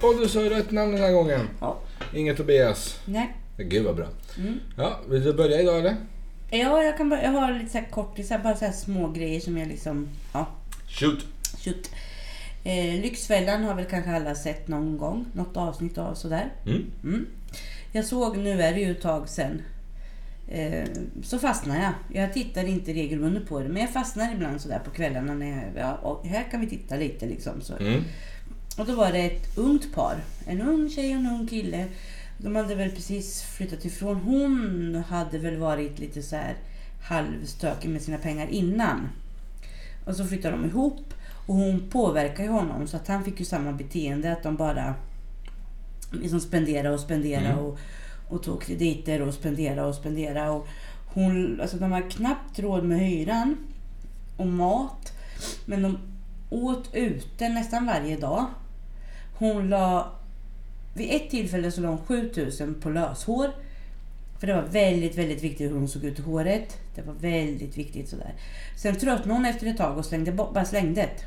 Och du sa rätt namn den här gången. Ja. Inget Tobias. Nej. Gud vad bra. Ja, vill du börja idag eller? Ja, jag kan jag har lite så här kort, bara så här små grejer som jag liksom, ja. Shoot. Lyxfällan har väl kanske alla sett någon gång, något avsnitt av sådär. Jag såg, nu är det ju ett tag sedan, så fastnar jag. Jag tittar inte regelbundet på det, men jag fastnar ibland sådär på kvällarna när här kan vi titta lite liksom så. Och då var det ett ungt par, en ung tjej och en ung kille. De hade väl precis flyttat ifrån. Hon hade väl varit lite så här halvstökig med sina pengar innan. Och så flyttade de ihop. Och hon påverkade ju honom. Så att han fick ju samma beteende. Att de bara liksom spendera och tog krediter och spendera. Och hon, alltså de har knappt råd med hyran och mat. Men de åt ute nästan varje dag. Hon la... Vid ett tillfälle så la hon 7000 på löshår. För det var väldigt, väldigt viktigt hur hon såg ut i håret. Det var väldigt viktigt sådär. Sen tröttnade hon efter ett tag och bara slängde det.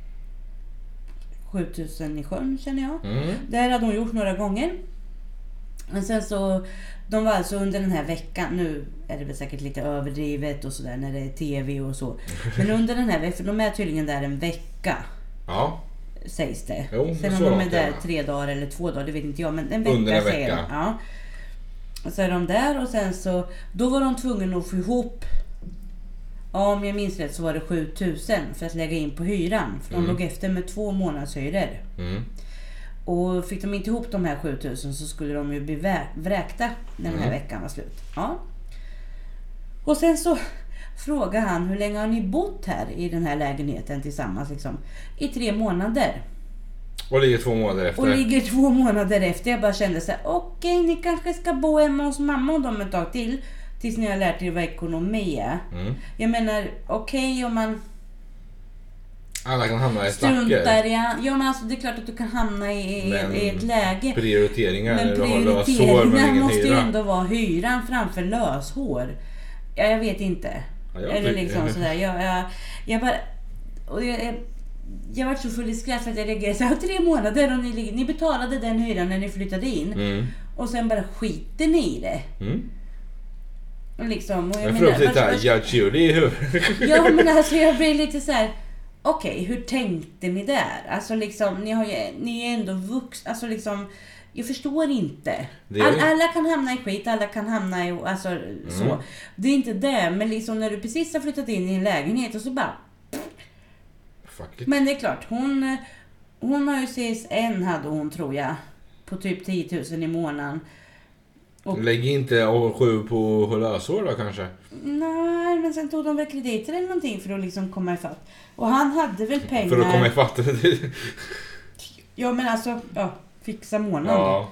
7000 i sjön känner jag. Det här hade hon gjort några gånger. Men sen så, de var alltså under den här veckan, nu är det väl säkert lite överdrivet och sådär när det är tv och så. Men under den här veckan, för de är tydligen där en vecka. Ja. Sägs det. Jo, sen om de är där 3 dagar eller 2 dagar, det vet inte jag. Men en vecka, under en säger vecka. de. Ja. Och så är de där och sen så, då var de tvungna att få ihop, om jag minns rätt så var det 7000 för att lägga in på hyran. För de låg efter med 2 månadshyror. Och fick de inte ihop de här 7000 så skulle de ju bli vräkta när den här veckan var slut. Ja. Och sen så frågade han, hur länge har ni bott här i den här lägenheten tillsammans liksom? I 3 månader. Och ligger 2 månader efter. Och ligger 2 månader efter. Jag bara kände så här: okej, ni kanske ska bo hemma hos mamma och dem ett tag till. Tills ni har lärt er vad ekonomi är. Jag menar, okej, om man... Alla kan hamna i struntar i... Ja, men alltså det är klart att du kan hamna i ett läge. Prioriteringar. Men prioriteringar måste ju ändå vara hyran framför löshår. Ja, jag vet inte. Ja, eller liksom sådär. Jag bara... Och jag var så full i skratt för att jag reagerade så här: 3 månader och ni betalade den hyran när ni flyttade in. Och sen bara skiter ni i det. Och liksom, och jag menar, ja, men alltså jag blir lite så här: okej, hur tänkte ni där? Alltså liksom, ni är ändå vuxna. Alltså liksom, jag förstår inte. Alla kan hamna i skit, alla kan hamna i, alltså så. Det är inte det, men liksom när du precis har flyttat in i en lägenhet och så bara... Men det är klart, hon har ju CSN hade hon, tror jag, på typ 10 000 i månaden. Och lägg inte 7 på lösår då kanske? Nej, men sen tog de väl krediter eller någonting för att liksom komma ifatt. Och han hade väl pengar... För att komma ifatt? Ja, men alltså, fixa månaden.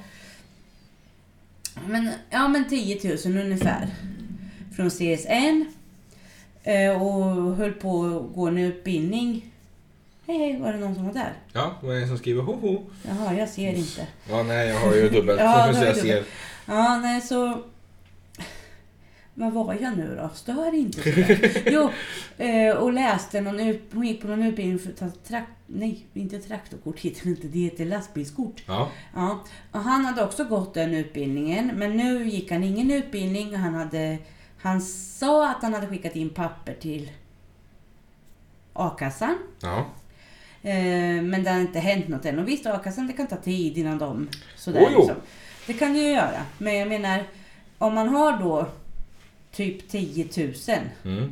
Ja. Men 10 000 ungefär. Från CSN. Och höll på att gå en utbildning. Hej, var det någon som var där? Ja, vad är det som skriver ho? Jaha, jag ser inte. Ja, nej, jag har ju dubbelt. Jag ser. Ja, nej, så... Vad var jag nu då? Stör inte sådär. Jo, och läste hon gick på någon utbildning för att ta inte traktorkort, heter inte, det heter lastbilskort. Ja. Och han hade också gått den utbildningen, men nu gick han ingen utbildning. Han sa att han hade skickat in papper till A-kassan. Ja. Men det har inte hänt något än. Och visst, A-kassan, det kan ta tid innan de sådär liksom. Det kan det ju göra. Men jag menar, om man har då typ 10 000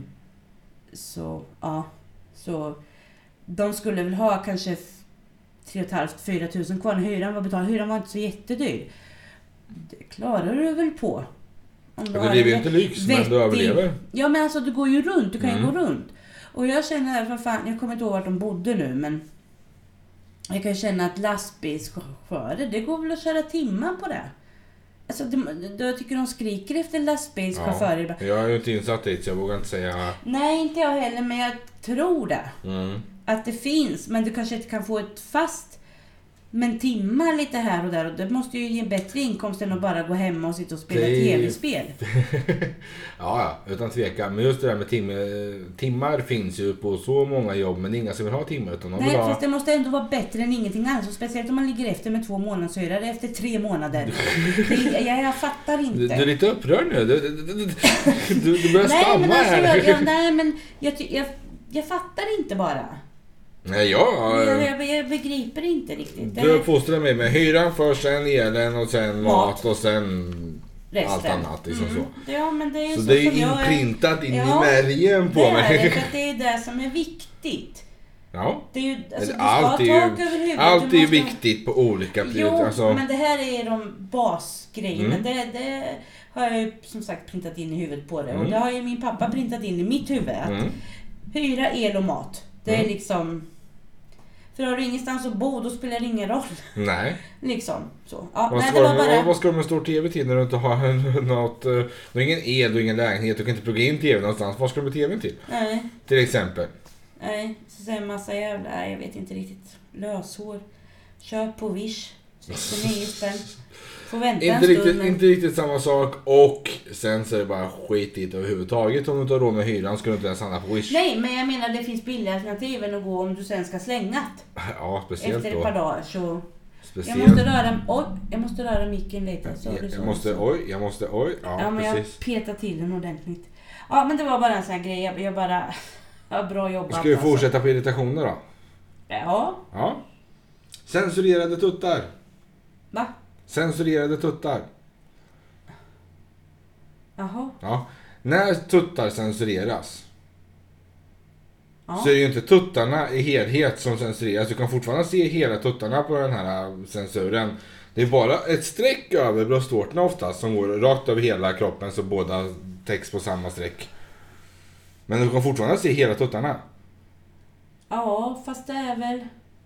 så de skulle väl ha kanske 3 500-4 000 kvar. Hyran var inte så jättedyr. Det klarar du väl på. Det är ju inte lyx, men du överlever. Ja, men alltså du går ju runt. Du kan ju gå runt. Och jag känner, jag kommer inte ihåg vart de bodde nu, men jag kan känna att lastbilschaufförer, det går väl att köra timmar på det. Alltså, jag tycker de skriker efter lastbilschaufförer. Ja, jag är ju inte insatt dit, så jag vågar inte säga. Nej, inte jag heller, men jag tror det. Att det finns, men du kanske inte kan få ett fast Men timmar lite här och där, och det måste ju ge bättre inkomst än att bara gå hemma och sitta och spela tv-spel. Ja, utan tvekan. Men just det där med timmar finns ju på så många jobb, men inga som vill ha timmar. Utan nej, fast det måste ändå vara bättre än ingenting alls. Och speciellt om man ligger efter med 2 månader så är det efter 3 månader. Jag fattar inte. Du är lite upprörd nu. Du börjar stamma här. Nej, men jag fattar inte bara. Nej, jag begriper inte riktigt. Du uppfostrar mig med hyran först, sen elen och sen mat och sen resten. Allt annat. Liksom så. Ja, men det är så det är ju inprintat in i märgen på mig. Det är det som är viktigt. Ja. Det är ju, alltså, allt är ju viktigt på olika plan. Jo, alltså. Men det här är de basgrejerna. Det har jag ju som sagt printat in i huvudet på det. Och det har ju min pappa printat in i mitt huvud. Att hyra, el och mat. Det är liksom... För har du ingenstans att bo, då spelar det ingen roll. Nej. Liksom så. Ja, vad ska du med en stor tv till när du inte har något... Du har ingen el, du har ingen lägenhet, du kan inte plugga in tv någonstans. Vad ska du med tvn till? Nej. Till exempel. Nej, så säger en massa jävla... jag vet inte riktigt. Löshår. Köp på Wish. 69 spänn. Får vänta en stund. Men... Inte riktigt samma sak. Och sen så är det bara skitigt överhuvudtaget. Om du inte har råd med hyran ska du inte ens handla på Wish. Nej, men jag menar det finns billiga alternativ än att gå om du sen ska slänga. Ja, speciellt efter ett par dagar så... Speciellt. Jag måste röra micken lite. Jag måste. Ja, men precis. jag petar till den ordentligt. Ja, men det var bara en sån här grej. Jag bara... Ja, bra jobbat. Ska vi fortsätta på irritationer då? Ja. Censurerade tuttar. Va? Censurerade tuttar. Jaha. Ja. När tuttar censureras så är det ju inte tuttarna i helhet som censureras. Du kan fortfarande se hela tuttarna på den här censuren. Det är bara ett streck över bröstvårtorna oftast som går rakt över hela kroppen så båda täcks på samma streck. Men du kan fortfarande se hela tuttarna. Ja, fast det är väl...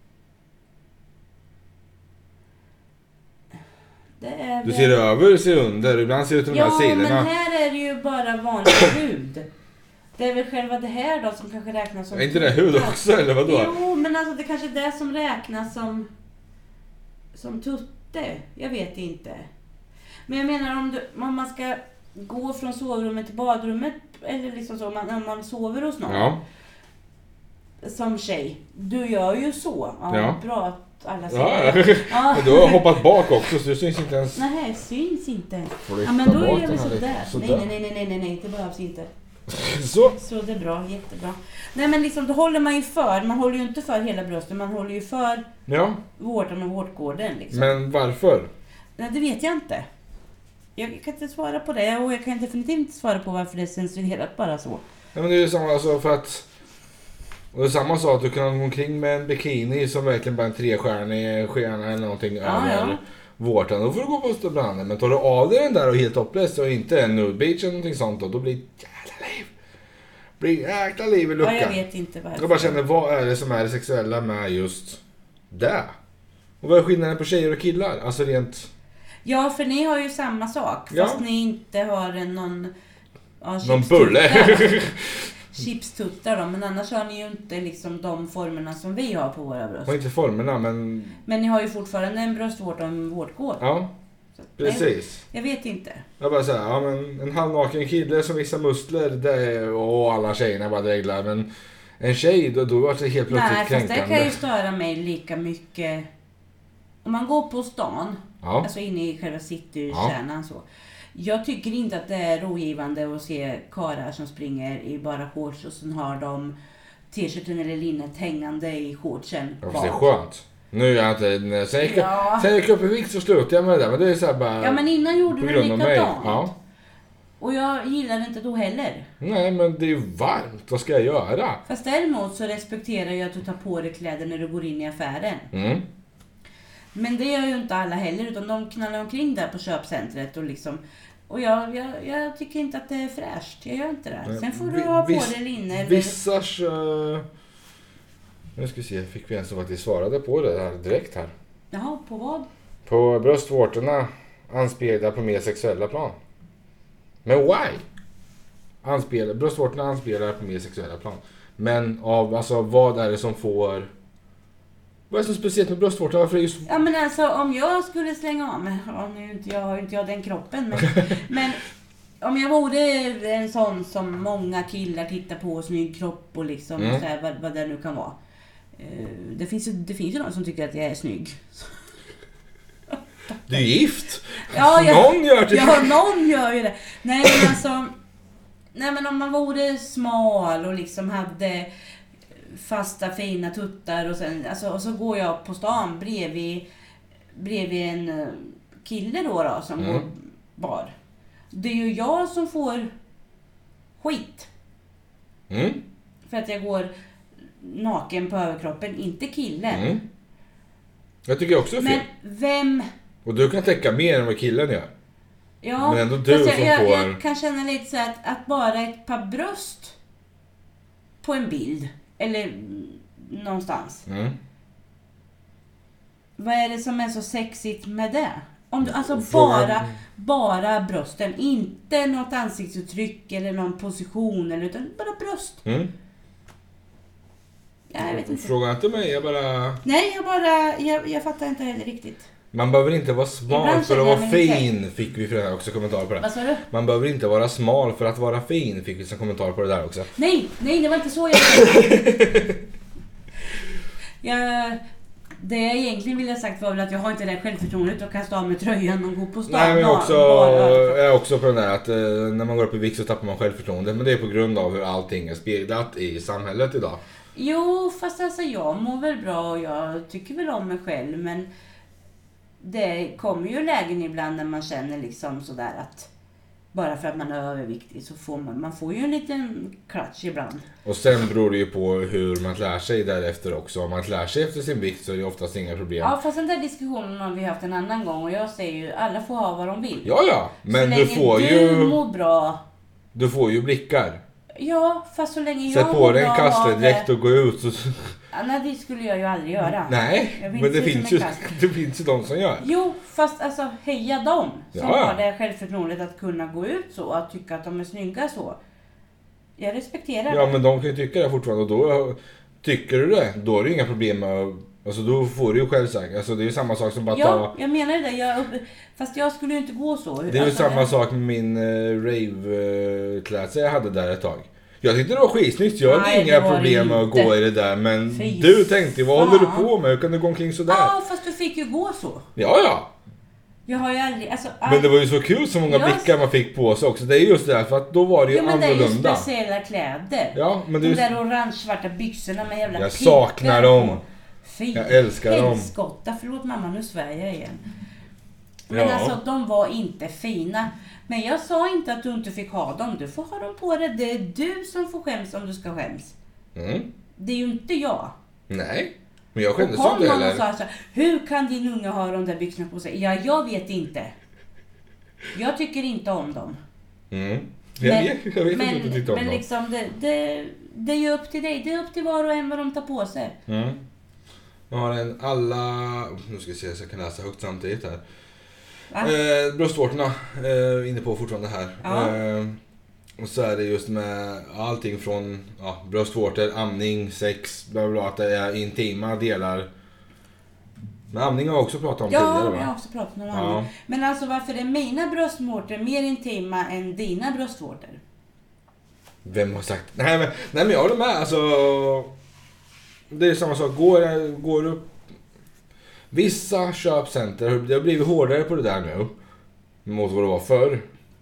Du ser över, ser under, ibland ser du till de här sidorna. Ja, men här är det ju bara vanlig hud. Det är väl själva det här då som kanske räknas som... Är inte det hud också, eller vadå? Jo, men alltså det kanske är det som räknas som tutte. Jag vet inte. Men jag menar om man ska gå från sovrummet till badrummet, eller liksom så, om man sover hos någon. Ja. Som tjej. Du gör ju så. Ja. Bra att alla ser det. Ja. Du har hoppat bak också så det syns inte ens. Nej, syns inte. Ja, men då är vi sådär. Nej, det behövs inte. Så det är bra, jättebra. Nej, men liksom då håller man ju för. Man håller ju inte för hela bröstet. Man håller ju för vården och vårdgården liksom. Men varför? Nej, det vet jag inte. Jag kan inte svara på det. Och jag kan definitivt inte svara på varför det är censurerat bara så. Nej, men det är ju samma alltså för att... Och det är samma sak, du kan gå omkring med en bikini som verkligen bara en 3-stjärnig stjärna eller någonting över vårtan. Då får du gå på ståbranden. Men tar du av dig den där och helt topless och inte en nude beach eller någonting sånt då blir det jäkla liv i luckan. Ja, jag vet inte varför. Jag bara känner, vad är det som är det sexuella med just det? Och vad är skillnaden på tjejer och killar? Alltså rent... Ja, för ni har ju samma sak. Fast ni inte har någon bulle. Chipstuttar då, men annars har ni ju inte liksom de formerna som vi har på våra bröst. Och inte formerna, men... Men ni har ju fortfarande en bröstvårta och en vårtgård. Ja, så, precis. Jag vet inte. Jag bara säger, men en halvnaken kille som visar muskler, och alla tjejerna bara dreglar, men en tjej, då var det helt plötsligt kränkande. Nej, fast det kan ju störa mig lika mycket. Om man går på stan, alltså inne i själva citykärnan så. Jag tycker inte att det är rogivande att se karar som springer i bara shorts och sen har de t-shirten eller linnet hängande i shortsen. Ja, det är skönt. Nu är jag inte... Sen gick upp i vikt så slutar jag med det där. Men det är så här bara... Ja, men innan gjorde du likadant. Ja. Och jag gillar inte då heller. Nej, men det är ju varmt. Vad ska jag göra? Fast däremot så respekterar jag att du tar på dig kläder när du går in i affären. Mm. Men det gör ju inte alla heller, utan de knallar omkring där på köpcentret och liksom... Och jag tycker inte att det är fräscht. Jag gör inte det. Sen får du ha på dig linne. Vissars... Nu ska vi se, fick vi en som faktiskt svarade på det här direkt här. Jaha, på vad? På bröstvårtorna anspelar på mer sexuella plan. Men why? Bröstvårtorna anspelar på mer sexuella plan. Men av, alltså vad är det som får Vad är det så speciellt med bröstvårtor? Varför är det just... Ja, men alltså om jag skulle slänga av mig, nu har inte jag den kroppen, men om jag vore en sån som många killar tittar på, snygg kropp och liksom så här, vad det nu kan vara. Det finns ju någon som tycker att jag är snygg. Du är gift. Ja, någon gör det. Ja, någon gör ju det. Nej, men alltså, men om man vore smal och liksom hade fasta fina tuttar och sen alltså, och så går jag på stan bredvid en kille då som går bar. Det är ju jag som får skit. För att jag går naken på överkroppen, inte killen. Jag tycker också är fel. Men vem... Och du kan täcka mer än vad killen gör. Ja, men ändå du som får... jag kan känna lite så att bara ett par bröst på en bild eller någonstans. Vad är det som är så sexigt med det? Om du, alltså bara brösten, inte något ansiktsuttryck eller någon position eller utan bara bröst. Jag vet inte. Fråga inte mig, Nej, jag fattar inte heller riktigt. Man behöver inte vara smal för att vara fin, fick vi för också kommentar på det. Vad sa du? Man behöver inte vara smal för att vara fin, fick vi som kommentar på det där också. Nej, det var inte så det jag egentligen ville ha sagt var väl att jag har inte det självförtroendet att kasta av med tröjan och gå på stan. Nej, men jag är också på den där att när man går upp i vikt så tappar man självförtroendet. Men det är på grund av hur allting är speglat i samhället idag. Jo, fast alltså jag mår väl bra och jag tycker väl om mig själv. Men det kommer ju lägen ibland när man känner liksom sådär att bara för att man är överviktig så får man får ju en liten klatsch ibland. Och sen beror det ju på hur man klär sig därefter också. Om man klär sig efter sin vikt så är det oftast inga problem. Ja, fast den där diskussionen har vi haft en annan gång och jag säger ju alla får ha vad de vill. Ja, men så du får ju... du mår bra. Du får ju blickar. Ja, fast så länge jag sätt på dig en kastledräkt och gå ut så... Ja, nej, det skulle jag ju aldrig göra. Nej, men det finns ju de som gör. Jo, fast alltså heja dem som har det självförtroendet att kunna gå ut så och att tycka att de är snygga så. Jag respekterar det. Ja, men de kan ju tycka det fortfarande och då tycker du det, då är det inga problem med... Alltså då får du ju själv sagt. Alltså det är ju samma sak som bara Ja, jag menar det. Fast jag skulle ju inte gå så. Det är ju samma sak med min rave-klädsel jag hade där ett tag. Jag tyckte det var skitsnyggt. Jag hade inga problem med att gå i det där. Men du tänkte, vad håller du på med? Hur kan du gå omkring sådär? Ja, fast du fick ju gå så. Ja. Jag har ju aldrig... Alltså, men det var ju så kul så många blickar man fick på sig också. Det är just det, för att då var det ju annorlunda. Ja, men det är ju speciella kläder. Ja, men det är de där orange-svarta byxorna med jävla jag saknar dem. Fy, jag älskar dem. Helskotta, förlåt mamma, nu svär jag igen. Men alltså, de var inte fina. Men jag sa inte att du inte fick ha dem. Du får ha dem på dig. Det är du som får skäms om du ska skäms. Det är ju inte jag. Nej, men jag skämdes inte heller. Och sa så, hur kan din unge ha de där byxorna på sig? Ja, jag vet inte. Jag tycker inte om dem. Jag vet inte att du tyckte om dem. Men liksom, det är ju upp till dig. Det är upp till var och en vad de tar på sig. Jag har nu ska jag se så jag kan läsa högt samtidigt här. Bröstvårtorna inne på fortfarande här. Och så är det just med allting från bröstvårtor, amning, sex, bla bla, att det är intima delar. Men amning har jag också pratat om tidigare, va? Ja, jag har också pratat om amning. Men alltså varför är mina bröstvårtor mer intima än dina bröstvårtor? Vem har sagt? Nej men jag håller med. Alltså, det är samma sak. Går upp vissa köpcenter, det har blivit hårdare på det där nu mot vad det var förr.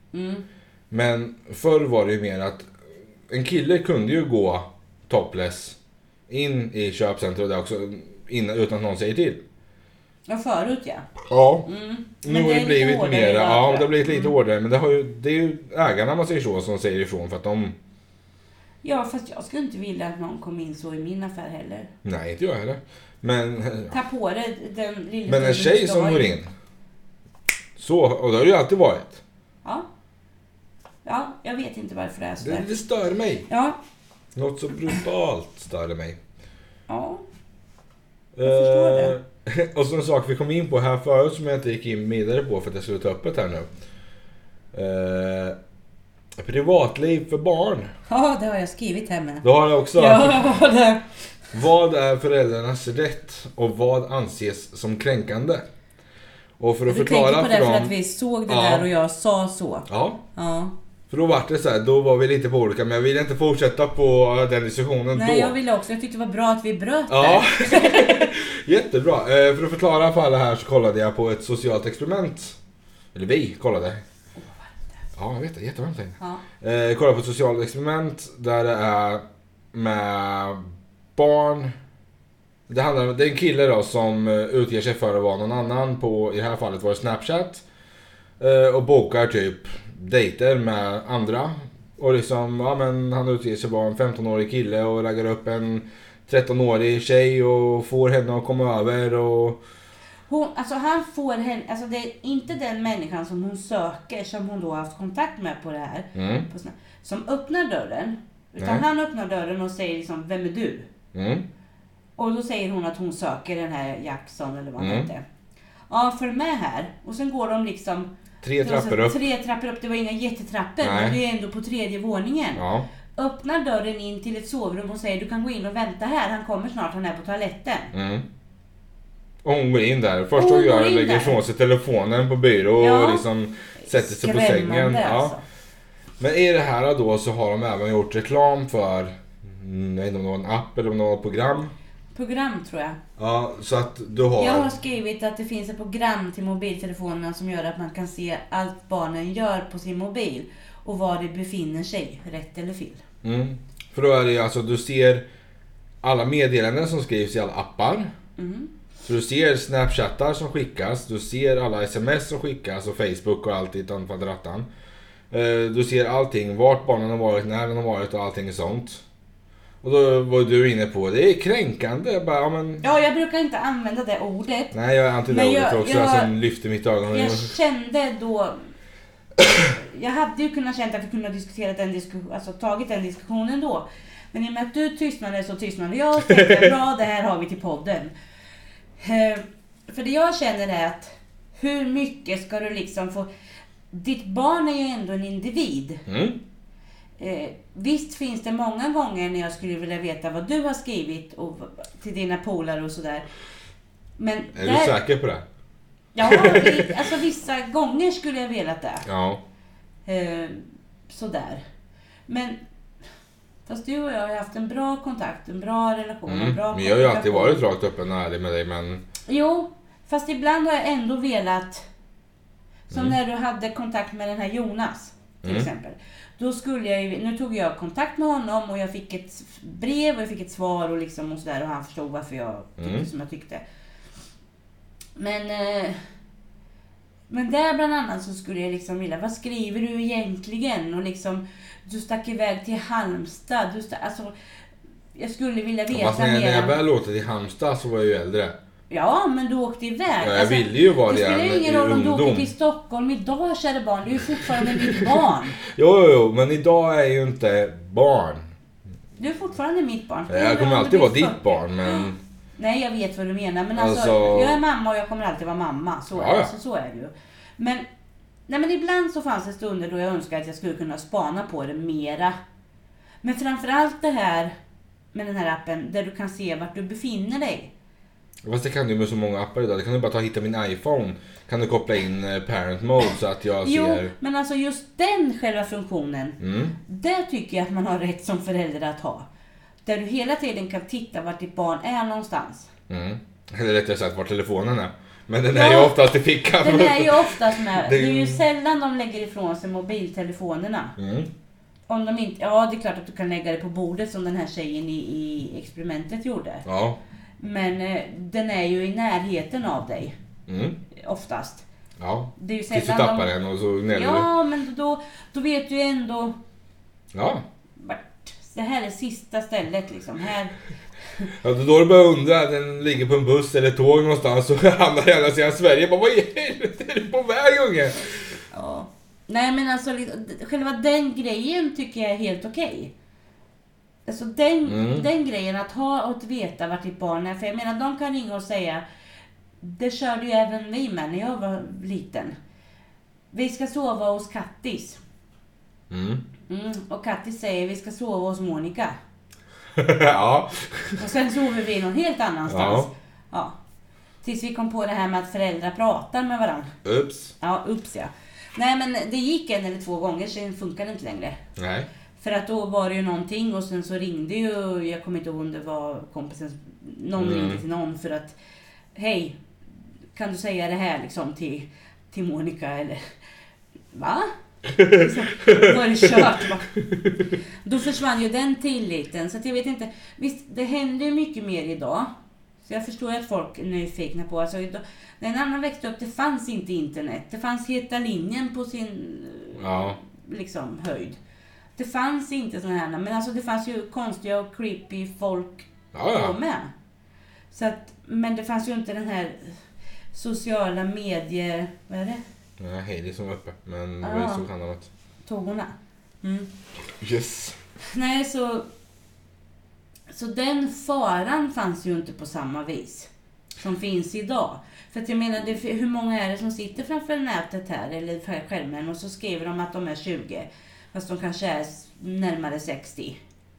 Men förr var det ju mer att en kille kunde ju gå topless in i köpcenter och det också utan att någon säger till. Ja, förut ja. Ja. Nu har det blivit mer. Ja, det har blivit lite hårdare, men det är ju ägarna man säger så som säger ifrån för att de... Ja, fast jag skulle inte vilja att någon kom in så i min affär heller. Nej, inte jag heller. Men... Ta på det den lilla... Men en tjej som går in. Så, och det har det ju alltid varit. Ja, jag vet inte varför det är så där. Det stör mig. Ja. Något så brutalt stör mig. Ja. Jag förstår det. Och så en sak vi kom in på här förut som jag inte gick in vidare på för att jag skulle ta upp det här nu. Privatliv för barn. Ja, det har jag skrivit här med. Du har det också? Ja, jag har det. Vad är föräldrarnas rätt och vad anses som kränkande? Och för att förklara för dem... Du tänker på det för att vi såg det där och jag sa så. Ja. För då var det så här, då var vi lite på olika, men jag ville inte fortsätta på den diskussionen. Nej, jag ville också. Jag tyckte det var bra att vi bröt ja. Jättebra. För att förklara för alla här så kollade jag på ett socialt experiment. Eller vi kollade. Ja, jag vet det. Jättevarmt. Kollade på ett socialt experiment där det är med barn. Det är en kille då som utger sig för att vara någon annan på, i det här fallet var det Snapchat. Och bokar typ dejter med andra. Och liksom, ja men han utger sig vara en 15-årig kille och raggar upp en 13-årig tjej och får henne att komma över och... Han får henne, alltså det är inte den människan som hon söker, som hon då har haft kontakt med på det här. Som öppnar dörren. Utan han öppnar dörren och säger liksom, vem är du? Och då säger hon att hon söker den här Jackson eller vad han heter. Ja, följ med här. Och sen går de liksom... 3 trappor upp. 3 trappor upp, det var inga jättetrappor. Men det är ändå på 3:e våningen. Ja. Öppnar dörren in till ett sovrum och säger, du kan gå in och vänta här. Han kommer snart, han är på toaletten. Och hon går in där. Först hon gör lägger ifrån sig telefonen på byrå och liksom sätter sig på sängen. Alltså. Men i det här då så har de även gjort reklam för, jag vet inte om det var en app eller om det var ett program. Program tror jag. Ja, så att du har... Jag har skrivit att det finns ett program till mobiltelefonerna som gör att man kan se allt barnen gör på sin mobil och var det befinner sig, rätt eller fel. För då är det alltså, du ser alla meddelanden som skrivs i alla appar. Så du ser Snapchattar som skickas, du ser alla sms som skickas och Facebook och allt i den kvadrattan. Du ser allting, vart barnen har varit, när de har varit och allting sånt. Och då var du inne på, det är kränkande. Bara, men... Ja, jag brukar inte använda det ordet. Nej, jag är anti det ordet också, som lyfter mitt ögon. Jag kände då... Jag hade ju kunnat känna att vi kunde ha diskuterat tagit den diskussionen då. Men i och med att du tystnade så tystnade jag och tänkte, bra, det här har vi till podden. För det jag känner är att hur mycket ska du liksom få... Ditt barn är ju ändå en individ. Visst finns det många gånger när jag skulle vilja veta vad du har skrivit och, till dina polare och sådär. Men är du säker på det? Ja, alltså vissa gånger skulle jag vilja det. Ja. Sådär. Men fast du och jag har haft en bra kontakt, en bra relation. En bra men jag har ju alltid varit rakt öppen och ärlig med dig, men... Jo, fast ibland har jag ändå velat... Som när du hade kontakt med den här Jonas, till exempel. Då skulle jag ju... Nu tog jag kontakt med honom och jag fick ett brev och jag fick ett svar och liksom och sådär. Och han förstod varför jag tyckte som jag tyckte. Men där bland annat så skulle jag liksom vilja... Vad skriver du egentligen? Och liksom... Du stack iväg till Halmstad. Alltså... Jag skulle vilja veta fast när jag väl åkte till Halmstad så var jag ju äldre. Ja, men du åkte iväg. Ja, jag ville ju vara det. Det spelar ingen roll om du åker till Stockholm idag, kära barn. Du är ju fortfarande mitt barn. Jo, men idag är ju inte barn. Du är fortfarande mitt barn. Jag kommer alltid vara ditt barn, men... Nej, jag vet vad du menar. Men alltså, jag är mamma och jag kommer alltid vara mamma. Så är det ju. Men ibland så fanns det stunder då jag önskade att jag skulle kunna spana på det mera. Men framförallt det här med den här appen där du kan se vart du befinner dig. Fast det kan du med så många appar idag. Det kan du bara hitta min iPhone. Kan du koppla in parent mode så att jag ser... Jo, men alltså just den själva funktionen. Det tycker jag att man har rätt som förälder att ha. Där du hela tiden kan titta vart ditt barn är någonstans. Eller rättare sagt vart telefonen är. Men den är ju oftast i fickan. Den är ju oftast med. Det är ju sällan de lägger ifrån sig mobiltelefonerna. Om de inte... Ja, det är klart att du kan lägga det på bordet som den här tjejen i experimentet gjorde. Ja. Men den är ju i närheten av dig. Oftast. Ja, det är ju tills du tappar den och så gnäller du. Ja, men då vet du ändå... Ja. Det här är sista stället liksom. Här... Ja, då du börjar undra, den ligger på en buss eller tåg någonstans och hamnar i andra sidan Sverige. Bara, vad i helvete är du på väg, unge? Ja. Nej, men alltså själva den grejen tycker jag är helt okej. Alltså den grejen att ha och att veta vart ditt barn är. För jag menar, de kan ringa och säga, det körde ju även vi med när jag var liten. Vi ska sova hos Kattis. Och Kattis säger, vi ska sova hos Monica. Ja. Och sen sover vi någon helt annanstans. Ja. Tills vi kom på det här med att föräldrar pratar med varandra. Ups. Ja, ups ja. Nej, men det gick 1 eller 2 gånger, sen funkade det inte längre. Nej. För att då var det ju någonting och sen så ringde ju, jag kommer inte ihåg om det var kompisen, någon ringde till någon för att hej, kan du säga det här liksom till Monica eller va? Så var det kört va? Då försvann ju den tilliten, så att jag vet inte, visst det händer ju mycket mer idag. Så jag förstår att folk är nyfikna på, alltså idag, när en annan växte upp, det fanns inte internet, det fanns heta linjen på sin liksom höjd. Det fanns inte sådana här, men alltså det fanns ju konstiga och creepy folk då med. Så att, men det fanns ju inte den här sociala medier, vad är det? Nej, Heidi som var uppe, men vad är det som kan annat? Tågorna. Yes. Nej, så den faran fanns ju inte på samma vis som finns idag. För att jag menar, hur många är det som sitter framför nätet här eller skärmen och så skriver de att de är 20. Fast de kanske är närmare 60.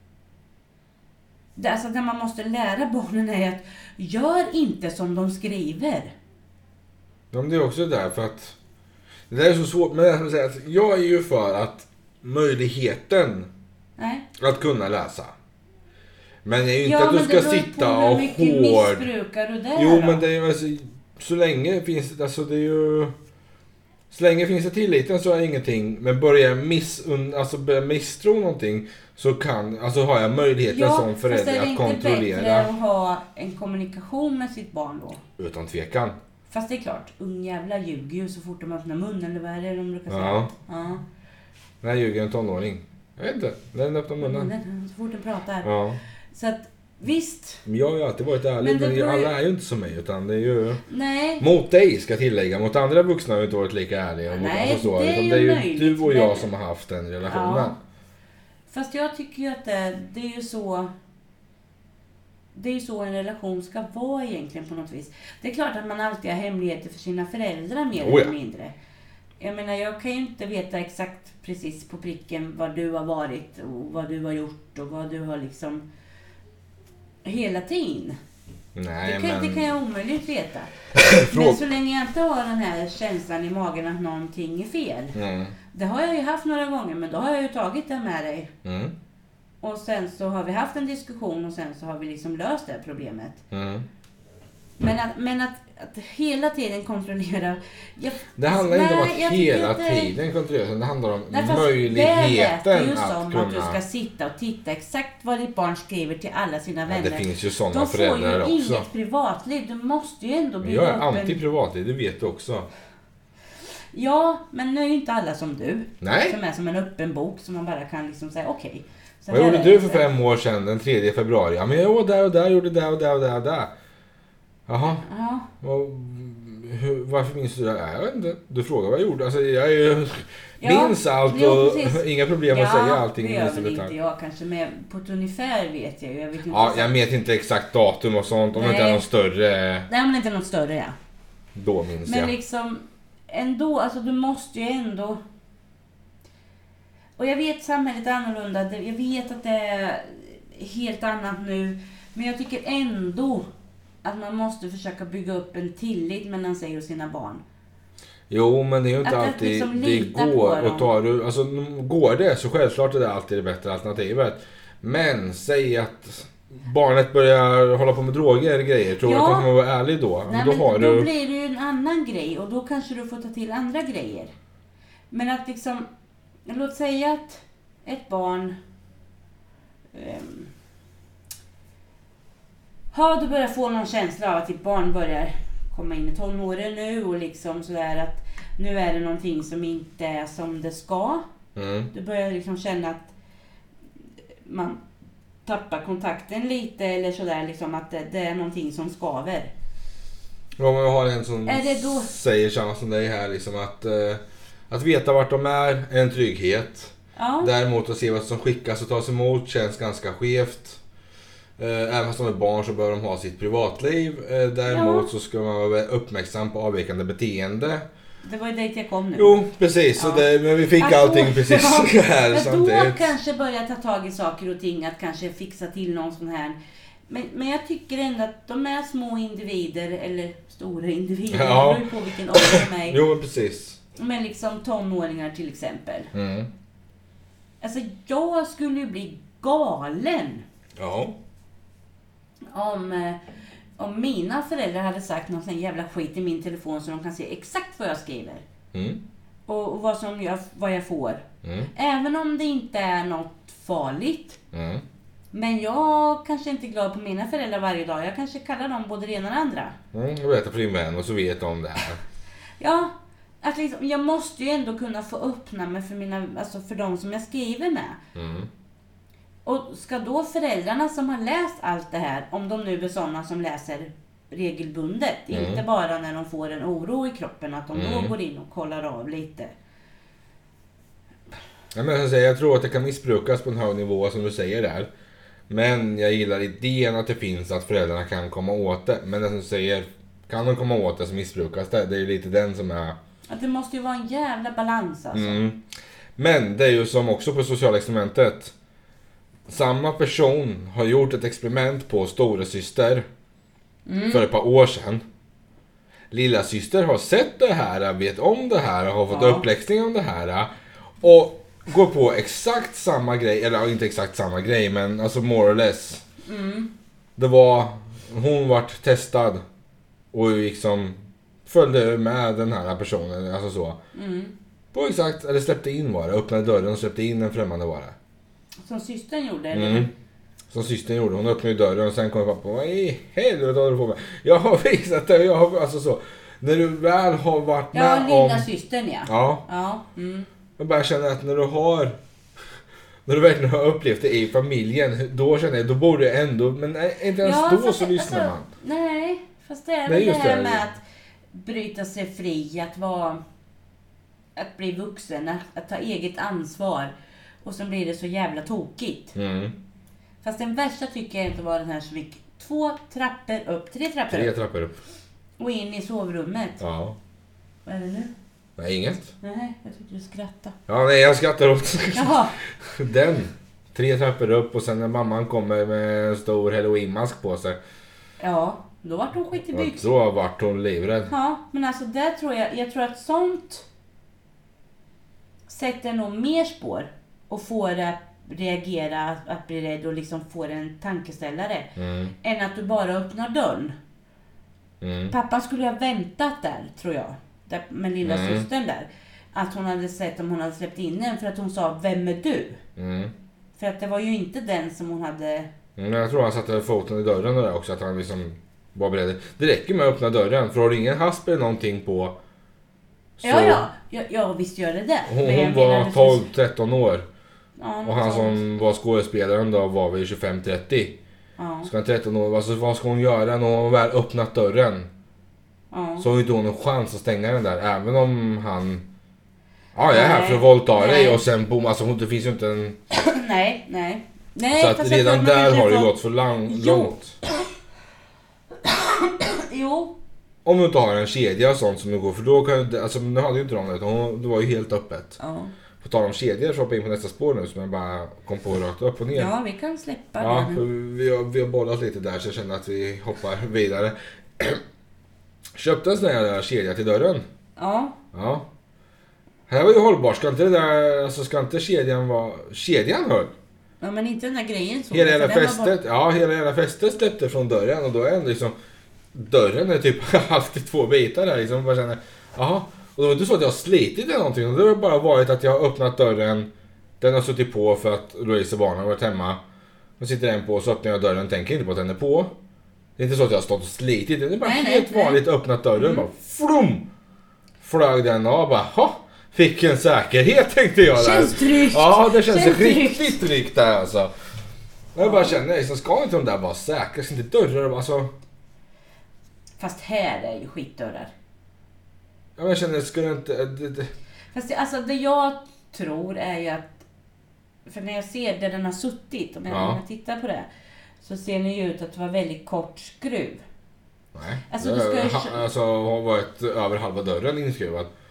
Det, alltså det man måste lära barnen är att gör inte som de skriver. Ja, men det är också där för att det där är så svårt. Men jag är ju för att möjligheten att kunna läsa. Men det är ju inte att du ska sitta och missbrukar du där. Jo, men det är ju alltså, så länge finns det, alltså det är ju så länge finns det tilliten så är det ingenting. Men börjar misstro någonting så har jag möjligheten som förälder att kontrollera. Ja, fast är det inte bättre att ha en kommunikation med sitt barn då? Utan tvekan. Fast det är klart, ungjävlar ljuger ju så fort de öppnar munnen, eller vad är det de brukar säga? Ja. Nej, ljuger en tonåring. Jag vet inte, den öppnar munnen. Så fort den pratar. Ja. Så att, visst. Men jag har ju alltid varit ärlig, men alla är ju inte som mig, utan det är ju... Nej. Mot dig ska tillägga, mot andra vuxna har ju inte varit lika ärliga. Nej, det är ju möjligt, du och jag som har haft den relationen. Ja. Fast jag tycker ju att det är ju så... Det är ju så en relation ska vara egentligen på något vis. Det är klart att man alltid har hemligheter för sina föräldrar mer eller mindre. Jag menar, jag kan ju inte veta exakt precis på pricken vad du har varit och vad du har gjort och vad du har liksom hela tiden. Nej, det kan jag omöjligt veta. Men så länge jag inte har den här känslan i magen att någonting är fel. Det har jag ju haft några gånger, men då har jag ju tagit det med dig. Och sen så har vi haft en diskussion och sen så har vi liksom löst det här problemet. Men att hela tiden kontrollera... Det handlar inte om att hela tiden kontrollera, det handlar om möjligheten det att som kunna... att du ska sitta och titta exakt vad ditt barn skriver till alla sina vänner. Det finns ju sådana föräldrar också. De får ju inget privatliv, du måste ju ändå bygga upp en... Jag är anti-privatliv, det vet du också. Ja, men nu är ju inte alla som du. Nej. Som är som en öppen bok som man bara kan liksom säga okej. Vad gjorde du för 5 år sedan, den 3 februari? Ja, men jag var där och där, gjorde där och där och där och där. Jaha. Ja. Varför minns du det? Jag vet inte. Du frågar vad jag gjorde. Alltså, jag minns allt och inga problem att säga allting. Det gör väl inte jag kanske, men på ett ungefär vet jag ju. Jag vet inte jag vet inte exakt datum och sånt. Om det inte är någon större... Nej, men inte något större, ja. Då minns jag. Men liksom, ändå, alltså du måste ju ändå... Och jag vet samhället är annorlunda. Jag vet att det är helt annat nu. Men jag tycker ändå att man måste försöka bygga upp en tillit mellan sig och sina barn. Jo, men det är ju inte att alltid liksom det går. Och går det så självklart är det alltid det bättre alternativet. Men säg att barnet börjar hålla på med droger och grejer. Tror du att man kommer vara ärlig då? Nej, då blir det ju en annan grej. Och då kanske du får ta till andra grejer. Men att liksom... Låt säga att ett barn... du börjar få någon känsla av att ditt barn börjar komma in i tonåren nu. Och liksom sådär att nu är det någonting som inte är som det ska. Du börjar liksom känna att man tappar kontakten lite. Eller sådär liksom att det är någonting som skaver. Ja, men jag har en som säger samma som dig här. Liksom att veta vart de är en trygghet. Ja. Däremot att se vad som skickas och tas emot känns ganska skevt. Även fast de är barn så bör de ha sitt privatliv. Däremot så ska man vara uppmärksam på avvikande beteende. Det var ju dit jag kom nu. Jo, precis. Ja. Men vi fick allting precis här samtidigt. Då kanske börja ta tag i saker och ting. Att kanske fixa till någon sån här. Men jag tycker ändå att de är små individer. Eller stora individer. Ja. Det beror på vilken ålder de är. Jo, precis. Men liksom tonåringar till exempel. Alltså jag skulle ju bli galen. Ja. Om mina föräldrar hade sagt någon sån jävla skit i min telefon så de kan se exakt vad jag skriver. Och vad jag får. Även om det inte är något farligt. Men jag kanske inte är glad på mina föräldrar varje dag. Jag kanske kallar dem både det ena och det andra. Jag berättar för din vän och så vet de det här. Ja, att liksom, jag måste ju ändå kunna få öppna mig för de som jag skriver med. Och ska då föräldrarna som har läst allt det här, om de nu är sådana som läser regelbundet, inte bara när de får en oro i kroppen, att de då går in och kollar av lite. Ja, men jag tror att det kan missbrukas på en hög nivå som du säger där. Men jag gillar idén att det finns att föräldrarna kan komma åt det. Men det som säger, kan de komma åt det så missbrukas det. Det är ju lite den som är... Att det måste ju vara en jävla balans alltså. Men det är ju som också på sociala experimentet. Samma person har gjort ett experiment på stora syster för ett par år sedan. Lilla syster har sett det här, vet om det här, har fått uppläxning om det här och går på exakt samma grej, eller inte exakt samma grej, men alltså more or less. Det var, hon vart testad och liksom följde med den här personen, alltså så. På exakt, eller släppte in var det, öppnade dörren och släppte in en främmande vara. Som systern gjorde, eller? Som systern gjorde. Hon öppnade dörren och sen kom pappa och vad i helvete håller du på med? Jag har visat det, alltså så. När du väl har varit med om... Ja, lilla systern, ja. Ja. Jag bara känner att när du verkligen har upplevt det i familjen, då känner jag, då borde jag ändå, men inte ens då så lyssnar man. Nej, fast det är det här med att bryta sig fri, att bli vuxen, att ta eget ansvar. Och så blir det så jävla tokigt. Fast den värsta tycker jag inte var den här som gick 3 trappor upp. Och in i sovrummet. Ja. Vad är det nu? Nej, inget. Nej, jag tyckte du skrattade. Ja, nej, jag skrattar åt. Jaha. Den. 3 trappor upp och sen när mamman kommer med en stor Halloween-mask på sig. Ja, då vart hon skit i byx. Då vart hon livrädd. Ja, men alltså där tror jag tror att sånt sätter nog mer spår. Och får att reagera, att bli rädd och liksom får en tankeställare. Än att du bara öppnar dörren. Pappa skulle ha väntat där, tror jag. Där, med lilla systern där. Att hon hade sett om hon hade släppt in den. För att hon sa, vem är du? För att det var ju inte den som hon hade... Jag tror han satte foten i dörren där också. Att han liksom var beredd. Det räcker med att öppna dörren. För har du ingen hasp eller någonting på... Så... Ja, visst gör det. Hon var 12-13 år. Ja, och han som var skådespelaren då var väl 25-30. Ska han 13 år, alltså vad ska hon göra när hon väl öppnat dörren? Så har ju inte hon en chans att stänga den där, även om han... jag är här för att våldta dig och sen boom, alltså det finns ju inte en... Nej. Så att redan där har det gått för långt. Jo. Om du inte har en kedja och sånt som du går, för då kan du, alltså nu hade ju inte de det, utan det var ju helt öppet. På tal om kedjor så hoppar in på nästa spår nu som jag bara kom på rakt upp och ner. Ja, vi kan släppa det. Vi har bollat lite där så jag känner att vi hoppar vidare. Köpte en sån här kedja till dörren. Ja. Här var ju hållbart. Ska inte det där, alltså ska inte kedjan vara... Kedjan höll. Ja, men inte den där grejen så. Hela fästet, hela fästet släppte från dörren och då är ändå liksom... Dörren är typ halvt i 2 bitar där liksom. Bara känner, och då är det inte så att jag har slitit eller någonting. Det har bara varit att jag har öppnat dörren. Den har suttit på för att Louise och barnen har varit hemma. Nu sitter den på, så öppnar jag dörren och tänker inte på att den är på. Det är inte så att jag har stått och slitit. Det är bara helt vanligt öppnat dörren. Bara flum! Flög den av. Bara, fick en säkerhet tänkte jag där. Känns tryggt. Ja, det känns riktigt tryggt där alltså. Jag bara känner, så ska inte de där vara säkra. Ska inte dörrar alltså... Fast här är ju skitdörrar. Ja, men jag känner, skulle inte... Fast det jag tror är ju att... För när jag ser där den har suttit, om jag tittar på det, så ser det ju ut att det var väldigt kort skruv. Nej, alltså har varit över halva dörren inskruvad.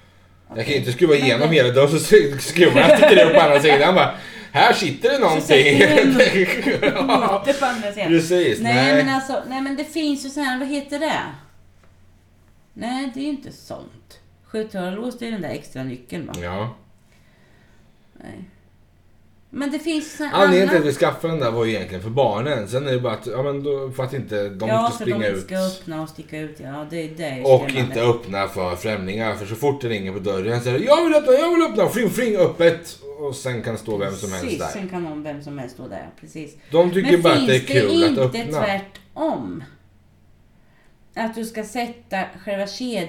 Okay. Jag kan inte skruva igenom hela dörren så skruvar jag inte upp på andra sidan. Bara, här sitter det någonting. Så på andra sidan. Precis. Nej men det finns ju så här, vad heter det? Nej, det är ju inte sånt. Skjuthörlås, det är den där extra nyckeln, va? Ja. Nej. Men det finns så här anledningen till att vi skaffade den där var ju egentligen för barnen. Sen är det bara att, ja men då, för att inte de ska springa ut. Ja, för de ska öppna och sticka ut, ja. Det är det. Och inte öppna för främlingar. För så fort det ringer på dörren så är det, jag vill öppna, fling öppet. Och sen kan det stå vem som helst där. Sen kan någon vem som helst stå där, precis. De tycker bara att det är kul att öppna. Men finns det inte tvärtom? Att du ska sätta själva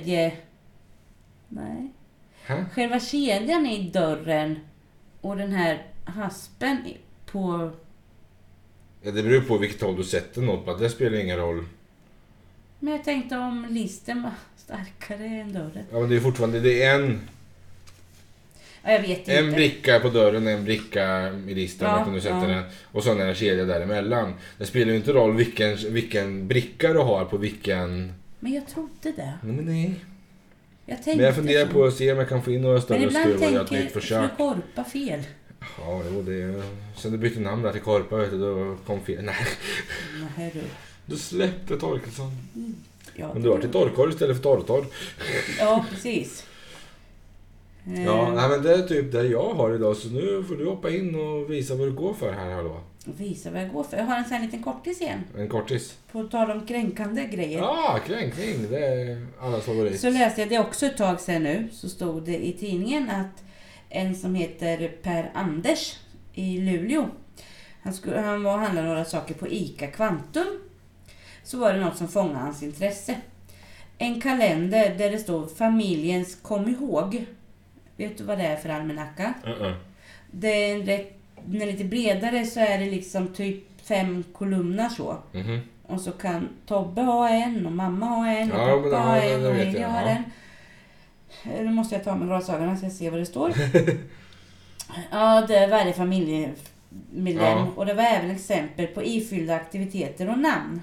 Nej. Själva kedjan i dörren och den här haspen på... Ja, det beror på vilket håll du sätter något på. Det spelar ingen roll. Men jag tänkte om listen var starkare än dörren. Ja, men det är fortfarande det är en... Ja, jag vet inte. En bricka på dörren, en bricka i listen. Ja, du sätter den. Och så är det en kedja däremellan. Det spelar ju inte roll vilken bricka du har på vilken... Men jag trodde det. Nej. Men jag funderar på att se om jag kan få in några större skruvar och göra ett nytt försök. Men ibland tänker jag, Korpa fel. Ja, jo, det... Sen du bytte namn där till Korpa, vet du, då kom fel. Nej. Nej, du släppte Torkelsson. Ja, men du har till Torkor istället för Tortor. Ja, precis. Ja, nej, men det är typ där jag har idag. Så nu får du hoppa in och visa vad du går för här, hallå. Visa vad jag går för? Jag har en sån här liten kortis igen. En kortis? På tal om kränkande grejer. Ja, kränkning. Det är allas favorit. Så läste jag det också ett tag sedan nu. Så stod det i tidningen att en som heter Per Anders i Luleå. Han var och handlade några saker på ICA Quantum. Så var det något som fångade hans intresse. En kalender där det stod familjens kom ihåg. Vet du vad det är för almanacka? Det är den är lite bredare, så är det liksom typ 5 kolumner så. Och så kan Tobbe ha en och mamma ha en och pappa ha en och Helge ha en. Nu måste jag ta med glasögonen så jag ser vad det står. Ja, det är varje familjemedlem. Och det var även exempel på ifyllda aktiviteter och namn.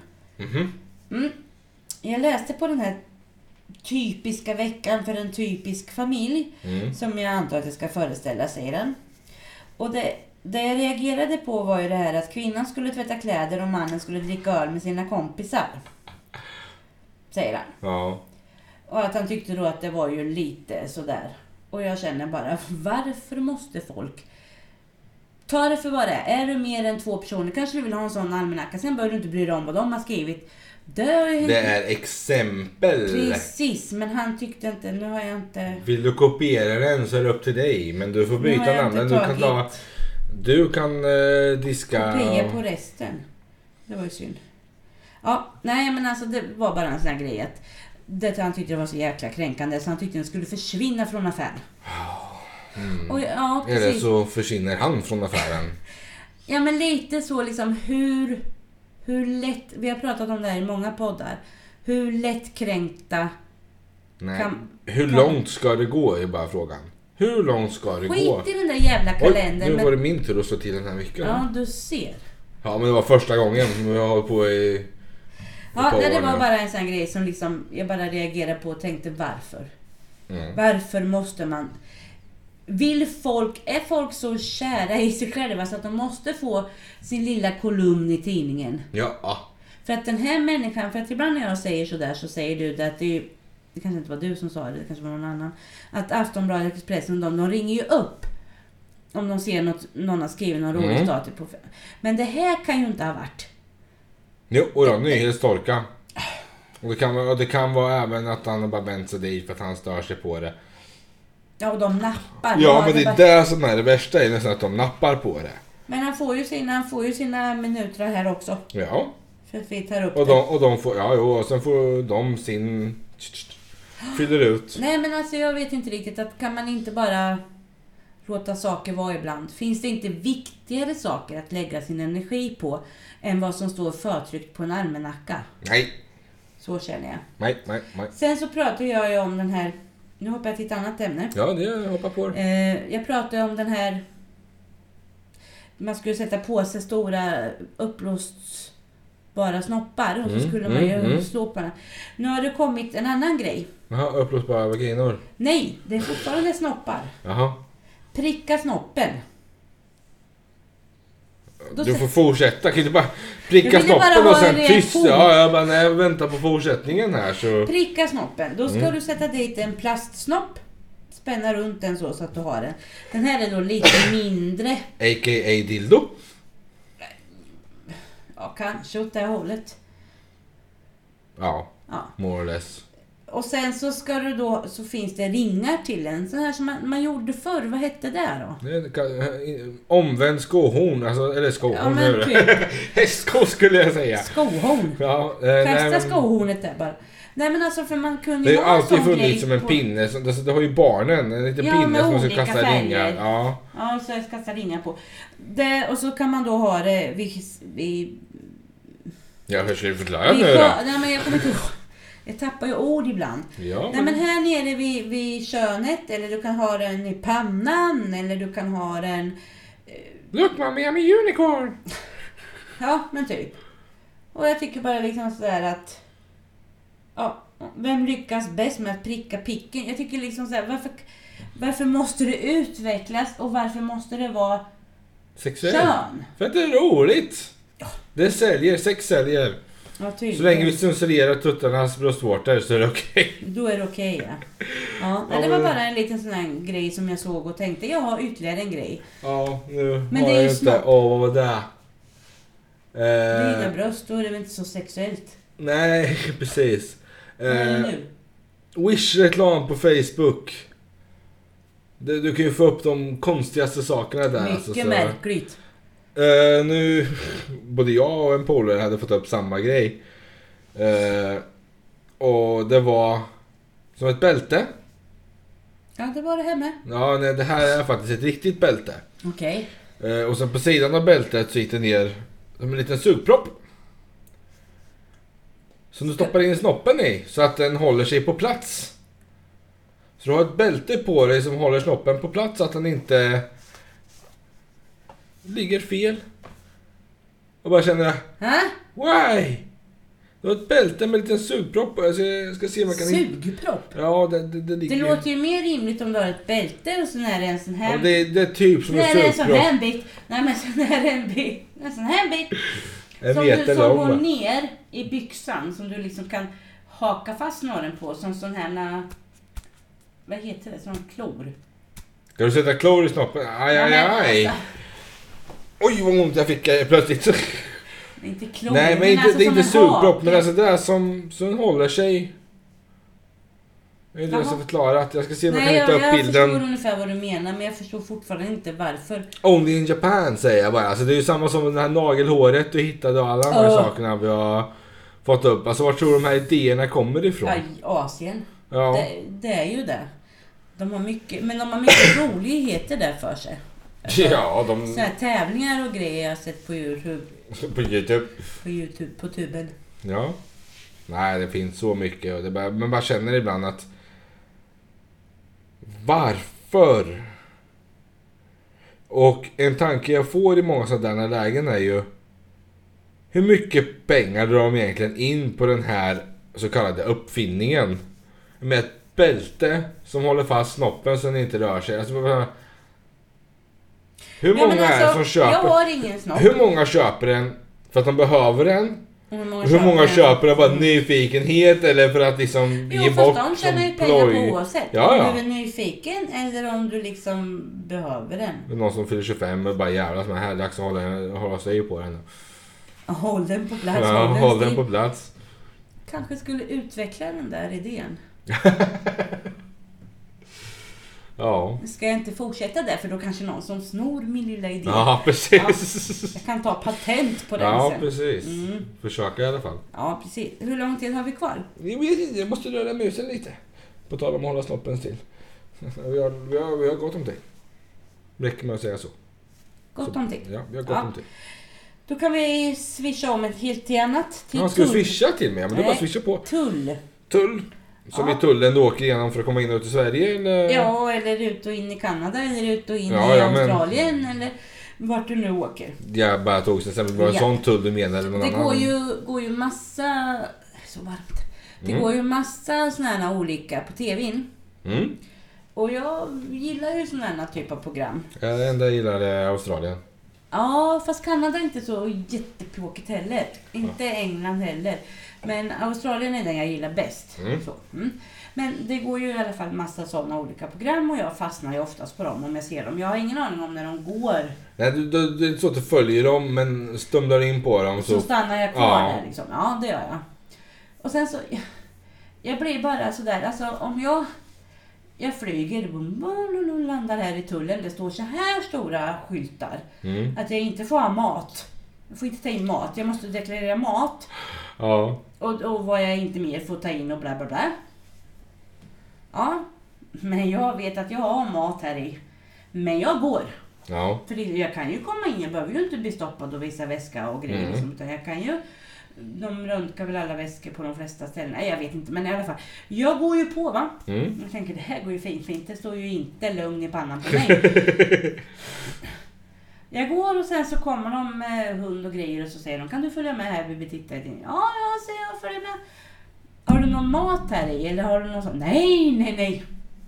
Jag läste på den här typiska veckan för en typisk familj. Som jag antar att det ska föreställa, säger den. Och det jag reagerade på var ju det här att kvinnan skulle tvätta kläder och mannen skulle dricka öl med sina kompisar. Säger han. Ja. Och att han tyckte då att det var ju lite sådär. Och jag känner bara, varför måste folk ta det för vad det är? Är du mer än 2 personer kanske du vill ha en sån almanacka. Sen bör du inte bry dig om vad de har skrivit. Det är exempel. Precis, men han tyckte inte, nu har jag inte... Vill du kopiera den så är det upp till dig. Men du får byta namnen. Du kan diska... Kopia på resten. Det var ju synd. Ja, nej men alltså det var bara en sån här grej att han tyckte det var så jäkla kränkande så han tyckte den skulle försvinna från affären. Och, ja, precis. Eller så försvinner han från affären. Ja, men lite så liksom hur lätt, vi har pratat om det här i många poddar, hur lätt kränkta hur långt ska det gå är bara frågan. Hur långt ska det gå? Skit i den där jävla kalendern. Nu var det min tur att slå till den här veckan. Ja, du ser. Ja, men det var första gången som jag har på i... Ja, det var bara en sån grej som liksom, jag bara reagerade på och tänkte varför. Varför måste man... Är folk så kära i sig själva så att de måste få sin lilla kolumn i tidningen? Ja. För att den här människan, för att ibland när jag säger sådär så säger du det att det kanske inte var du som sa det kanske var någon annan. Att Aftonbladet, Expressen, de ringer ju upp om de ser någon har skrivit någon rolig status på. Men det här kan ju inte ha varit. Jo, och då, nyhetstorka. Och det kan vara även att han har bara vänt sig dit för att han stör sig på det. Ja, och de nappar. Ja, men det är det som är det värsta, är nästan att de nappar på det. Men han får ju sina minuter här också. Ja. För att vi tar upp och de får, och sen får de sin... Fyller ut. Nej, men alltså jag vet inte riktigt att kan man inte bara låta saker vara ibland? Finns det inte viktigare saker att lägga sin energi på än vad som står förtryckt på en almanacka? Nej. Så känner jag. Nej. Sen så pratar jag ju om den här... Nu hoppar jag till ett annat ämne. Ja, det hoppar på. Jag pratar om den här... Man skulle sätta på sig stora uppblåsbara snoppar och så skulle man ju slå på den. Nu har det kommit en annan grej. Jaha, uppblåsbara vaginor. Nej, det är fortfarande snoppar. Jaha. Pricka snoppen. Du får fortsätta, kan du bara pricka snoppen och sen tyst. Ja, jag bara, nej, jag väntar på fortsättningen här så... Pricka snoppen, då ska du sätta dit en plastsnopp. Spänna runt den så att du har den. Den här är då lite mindre. A.k.a. dildo? Ja, kanske åt det hållet. Ja, more or less. Och sen så ska du då, så finns det ringar till den. Så här som man gjorde förr. Vad hette det då? Omvänd skohorn. Alltså, eller skohorn. Ja, men typ. Hästsko skulle jag säga. Skohorn. Ja, kasta skohornet där bara. Nej men alltså för man kunde ju ha en sån grej. Det har alltid funnits som en pinne. Det har ju barnen. En liten pinne som man ska kasta färger. Ringar. Ja, så jag ska kasta ringar på. Det, och så kan man då ha det vid jag försöker förklara nu då. Nej men jag kommer inte ihåg. Jag tappar ju ord ibland. Ja, nej men här nere vid könet. Eller du kan ha den i pannan. Eller du kan ha den... Look mommy, I'm a unicorn. Ja, men typ. Och jag tycker bara liksom sådär att... Ja, vem lyckas bäst med att pricka picken? Jag tycker liksom såhär, varför måste det utvecklas? Och varför måste det vara sexuellt? Kön? För att det är roligt. Det säljer, sex säljer. Ja, så länge vi censurerar tuttarnas bröstvårtor så är det okej. Då är det okej, ja. Ja, det var bara en liten sån här grej som jag såg och tänkte, jag har ytterligare en grej. Ja, nu men har det är jag ju inte. Vad var det? Dina bröst, då är det väl inte så sexuellt? Nej, precis. Nu? Wish-reklam på Facebook. Du kan ju få upp de konstigaste sakerna där. Mycket alltså, så. märkligt. Nu, både jag och en polare hade fått upp samma grej. Och det var som ett bälte. Ja, det var det här med. Ja, nej, det här är faktiskt ett riktigt bälte. Okej. Och sen på sidan av bältet så gick det ner som en liten sugpropp. Som du stoppar in snoppen i så att den håller sig på plats. Så du har ett bälte på dig som håller snoppen på plats så att den inte ligger fel. Och bara känner why? Du har ett bälte med en liten sugpropp. Jag ska se om jag kan... Sugpropp? Ja, det ligger... Det låter ju mer rimligt om du har ett bälte och så är det en sån här... Ja, det är typ som en sugpropp. Det är en sån här bit. Nej, men sån här en bit. En sån här bit. Som går ner i byxan. Som du liksom kan haka fast snören på. Som sån här... Vad heter det? Sån klor. Ska du sätta klor i snoppen? Aj. Oj, vad ont jag fick plötsligt. Inte klor. Nej, men inte, alltså det är inte sugpropp. Men alltså det där som håller sig. Jag är så förklarat. Jag ska se om jag kan hitta upp bilden. Jag förstår ungefär vad du menar. Men jag förstår fortfarande inte varför. Only in Japan säger jag bara. Alltså det är ju samma som det här nagelhåret du hittade och alla de här sakerna vi har fått upp. Alltså var tror de här idéerna kommer ifrån? Ja, Asien. Ja. Det är ju det. De har mycket roligheter där för sig. Alltså, ja, så här tävlingar och grejer jag har sett på YouTube. På YouTube, på tuben. Ja. Nej, det finns så mycket. Och man bara känner ibland att varför? Och en tanke jag får i många sådana lägen är ju hur mycket pengar drar de egentligen in på den här så kallade uppfinningen med ett bälte som håller fast snoppen så den inte rör sig. Alltså, hur många är det som köper? Jag har ingen snopp. Hur många köper den för att de behöver den? Hur många köper den bara nyfikenhet eller för att liksom ge bort? Jo, de tjänar ju pengar på oavsett. Ja. Om du är nyfiken eller om du liksom behöver den. Någon som fyller 25 och bara jävlar som är här dags att hålla sig på den. Håll den på plats. Ja, håll den på plats. Kanske skulle utveckla den där idén. Ja. Ska jag inte fortsätta där för då kanske någon som snor min lilla idé. Ja, precis. Ja, jag kan ta patent på den sen. Ja, precis. Försöka i alla fall. Ja, precis. Hur lång tid har vi kvar? Jag måste röra musen lite. På tal om att hålla snoppen still. Vi har gått om tid. Räcker med att säga så. Gott om tid. Ja, vi har gått om tid. Då kan vi swisha om ett helt till annat. Till ska du swisha till mig? Men du bara swisha på. Tull. Som i tullen du åker igenom för att komma in och ut i Sverige? Eller? Ja, eller ut och in i Kanada. Eller ut och in i Australien. Eller vart du nu åker. Jag bara tog till exempel. Var det sån tull du menar? Eller någon det annan? går ju massa... Så varmt. Det går ju massa såna här olika på tvn. Och jag gillar ju såna här typ av program. Det enda jag gillar är Australien. Ja, fast Kanada är inte så jättepråkigt heller. Inte England heller. Men Australien är den jag gillar bäst. Så. Men det går ju i alla fall massa sådana olika program och jag fastnar ju oftast på dem om jag ser dem. Jag har ingen aning om när de går. Nej, det är inte så att du följer dem men stumlar in på dem. Så stannar jag kvar där liksom. Ja, det gör jag. Och sen så... Jag blir bara sådär, alltså om jag flyger, landar här i tullen, det står så här stora skyltar. Att jag inte får ha mat. Jag får inte ta in mat, jag måste deklarera mat. Ja. Och vad jag inte mer får ta in och bla bla bla. Ja, men jag vet att jag har mat här i. Men jag går. Ja. För jag kan ju komma in, jag behöver ju inte bli stoppad och visa väska och grejer. Liksom, utan jag kan ju... De röntgar väl alla väskor på de flesta ställen. Nej, jag vet inte, men i alla fall. Jag går ju på, va? Jag tänker, det här går ju fint. Det står ju inte lugn i pannan på mig. Jag går och sen så kommer de med hund och grejer och så säger de, kan du följa med här? Vi tittar. Ja, säger jag, följer med. Har du någon mat här i? Eller har du någon sån? Nej.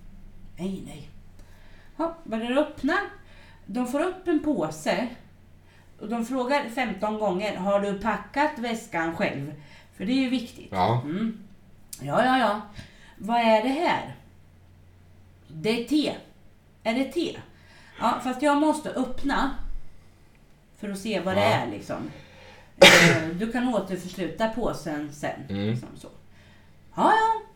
Ja, börjar öppna. De får upp en påse. Och de frågar 15 gånger, har du packat väskan själv? För det är ju viktigt. Ja. Ja. Vad är det här? Det är te. Är det te? Ja, fast jag måste öppna för att se vad det är liksom. Du kan återförsluta påsen sen. Liksom så. Ja.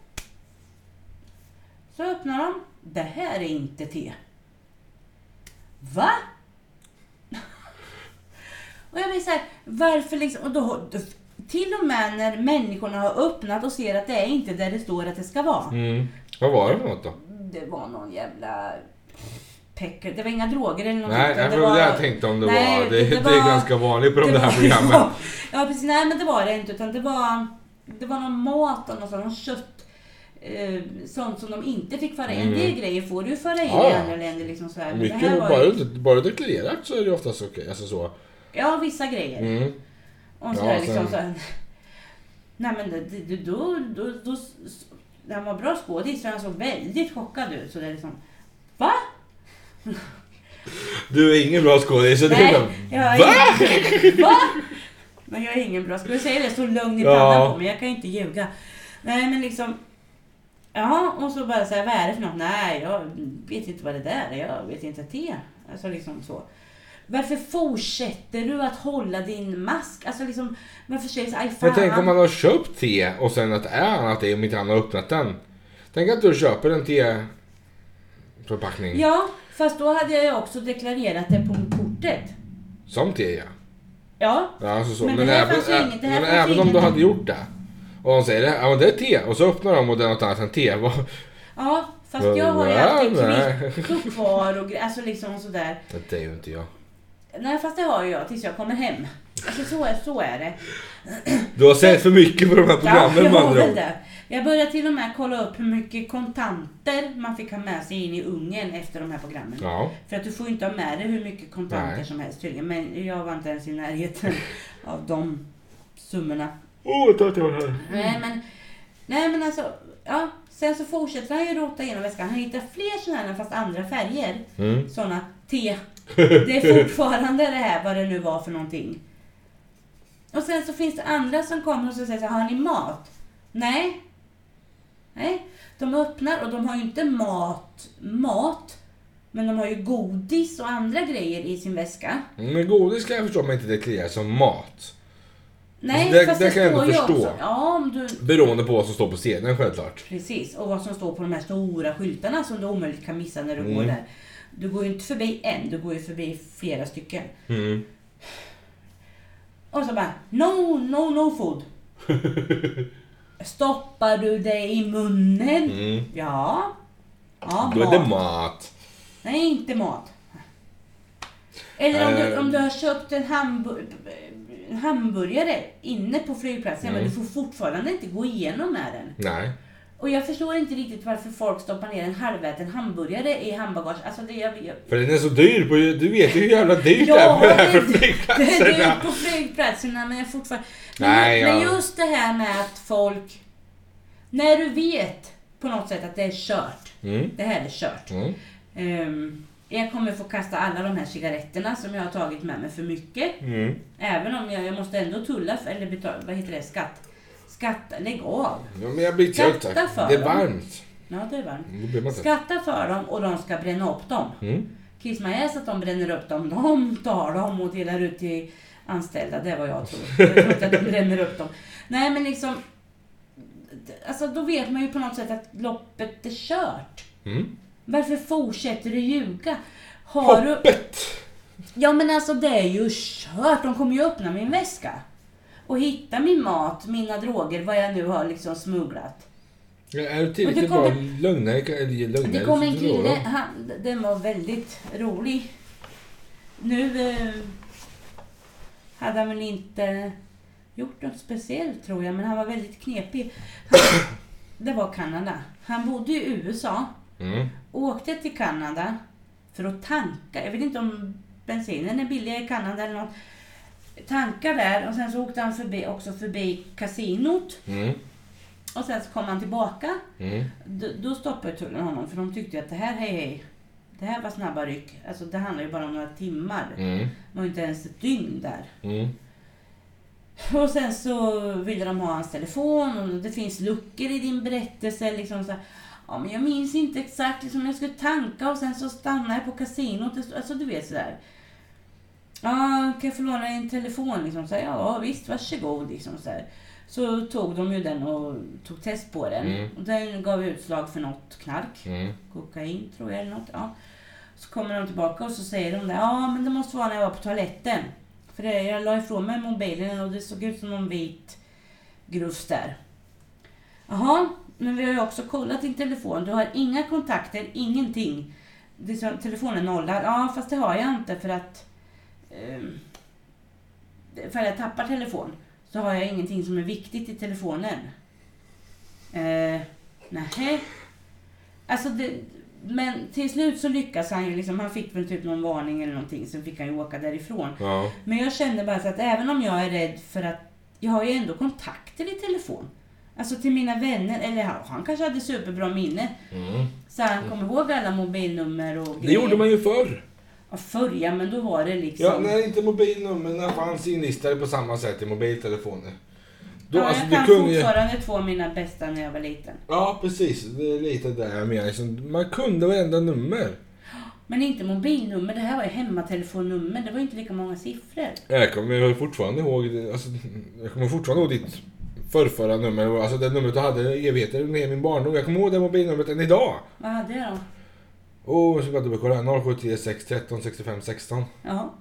Så öppnar de. Det här är inte te. Va? Och jag blir så här, varför liksom, och då, till och med när människorna har öppnat och ser att det är inte där det står att det ska vara. Vad var det för något då? Det var någon jävla pecker, det var inga droger eller något. Nej, det var det jag tänkte om det var. Det är ganska vanligt på de här programmen. Ja, precis, nej men det var det inte, utan det var någon mat och någon kött. Sånt som de inte fick föra in. Det grejer får du föra in i andra länder liksom så här. Mycket, det här bara deklarerat så är det oftast okej. Alltså så. Ja, vissa grejer. Och så där, liksom så här. Nej men då när han var bra skådis så han såg väldigt chockad ut. Så det är liksom, va? Du är ingen bra skådis. Nej, va? Va? Men jag är ingen bra skådis. Jag säger det så lugn i pannan på mig. Jag kan inte ljuga. Nej men liksom, ja, och så bara säga, vad är det för något? Nej, jag vet inte vad det där är. Jag vet inte te. Alltså liksom så. Varför fortsätter du att hålla din mask? Alltså liksom, varför säger du så, aj fan. Men tänk om man har köpt te och sen att det är annat te om inte han har öppnat den. Tänk att du köper en te-förpackning. Ja, fast då hade jag också deklarerat det på kortet. Som te, ja. Ja. Alltså så. Men även om du hade gjort det. Och de säger det, ja men det är te. Och så öppnar de och det är något annat än te. Ja, fast jag har ju alltid kvitto kvar och alltså liksom sådär. Det är ju inte jag. Nej, fast det har jag tills jag kommer hem. Alltså så är det. Du har sett för mycket på de här programmen, ja, jag började till och med kolla upp hur mycket kontanter man fick ha med sig in i ungen efter de här programmen. Ja. För att du får inte ha med dig hur mycket kontanter som helst tydligen. Men jag var inte ens i närheten av de summorna. Jag tar det här. Nej men alltså, ja. Sen så fortsätter han ju rota igenom väskan. Han hittar fler sådana här fast andra färger. Sådana te. Det är fortfarande det här, vad det nu var för någonting. Och sen så finns det andra som kommer och så säger så, har ni mat? Nej. De öppnar och de har ju inte mat. Men de har ju godis och andra grejer i sin väska. Men godis kan jag förstå om man inte deklarerar som mat. Nej, alltså fast det kan jag ändå förstå. Också. Ja, om du... Beroende på vad som står på scenen, självklart. Precis, och vad som står på de här stora skyltarna som du omöjligt kan missa när du går där. Du går ju inte förbi en, du går ju förbi flera stycken. Och så bara, no food. Stoppar du det i munnen? Ja, då är det mat. Nej, inte mat. Eller om du har köpt en hamburgare inne på flygplatsen, men du får fortfarande inte gå igenom med den. Nej. Och jag förstår inte riktigt varför folk stoppar ner en halväten hamburgare i handbagage. Alltså för den är så dyr. Du vet ju hur jävla dyrt det är på det här för flygplatserna. Det är dyrt på flygplatserna, men jag fortfarande... Men just det här med att folk När du vet på något sätt att det är kört. Det här är kört. Jag kommer få kasta alla de här cigaretterna som jag har tagit med mig för mycket. Även om jag måste ändå tulla eller betala, vad heter det, skatta, lägg av. Ja, men jag blir trött. Det är varmt. Ja, det är varmt. Skatta för dem och de ska bränna upp dem. Kiss my ass att de bränner upp dem. De tar dem och delar ut till anställda. Det är vad jag tror. Jag tror inte att de bränner upp dem. Nej, men liksom... Alltså, då vet man ju på något sätt att loppet är kört. Varför fortsätter du ljuga? Hoppet! Ja, men alltså det är ju kört. De kommer ju öppna min väska. Och hitta min mat, mina droger, vad jag nu har liksom smugglat. Ja, är det tillräckligt bra lögnare? Det kom en kille, den var väldigt rolig. Nu hade han väl inte gjort något speciellt tror jag, men han var väldigt knepig. Det var Kanada. Han bodde i USA. Åkte till Kanada för att tanka. Jag vet inte om bensinen är billigare i Kanada eller något. Tankar där och sen så åkte han förbi kasinot. Och sen så kom han tillbaka. Då stoppade tullen honom för de tyckte att det här var snabba ryck. Alltså det handlar ju bara om några timmar. Det var inte ens ett dygn där. Och sen så ville de ha hans telefon och det finns luckor i din berättelse liksom så här. Ja, men jag minns inte exakt liksom jag skulle tanka och sen så stannade jag på kasinot. Alltså du vet sådär. Ja, kan jag få låna en telefon liksom så här, ja visst, varsågod liksom så här. Så tog de ju den och tog test på den. Och den gav utslag för något knark. Kokain tror jag eller något. Ja. Så kommer de tillbaka och så säger de där, ja men det måste vara när jag var på toaletten. För jag la ifrån mig mobilen och det såg ut som någon vit grus där. Jaha, men vi har ju också kollat din telefon. Du har inga kontakter, ingenting. Telefonen nollar. Ja, fast det har jag inte för att jag tappar telefon. Så har jag ingenting som är viktigt i telefonen. Nej. Alltså men till slut så lyckas han ju liksom, han fick väl typ någon varning eller någonting, sen fick han ju åka därifrån. Ja. Men jag kände bara så att även om jag är rädd för att jag har ju ändå kontakter i telefon. Alltså till mina vänner, eller han kanske hade superbra minne. Så han kommer ihåg alla mobilnummer och grejer. Det gjorde man ju förr. Ja, förr, ja, men då var det liksom... Ja, när inte mobilnumren fanns inlistade på samma sätt i mobiltelefoner. Då, ja, alltså, jag kan fortfarande två av mina bästa när jag var liten. Ja, precis. Det är lite där jag menar. Liksom, man kunde varenda nummer. Men inte mobilnummer. Det här var ju hemmatelefonnummer. Det var ju inte lika många siffror. Jag kommer fortfarande ihåg ditt förrförra nummer. Alltså det numret du hade evigheter med min barndom. Jag kommer ihåg det mobilnumret än idag. Vad hade jag då? Jag ska bara kolla. 076 13 65 16. Ja.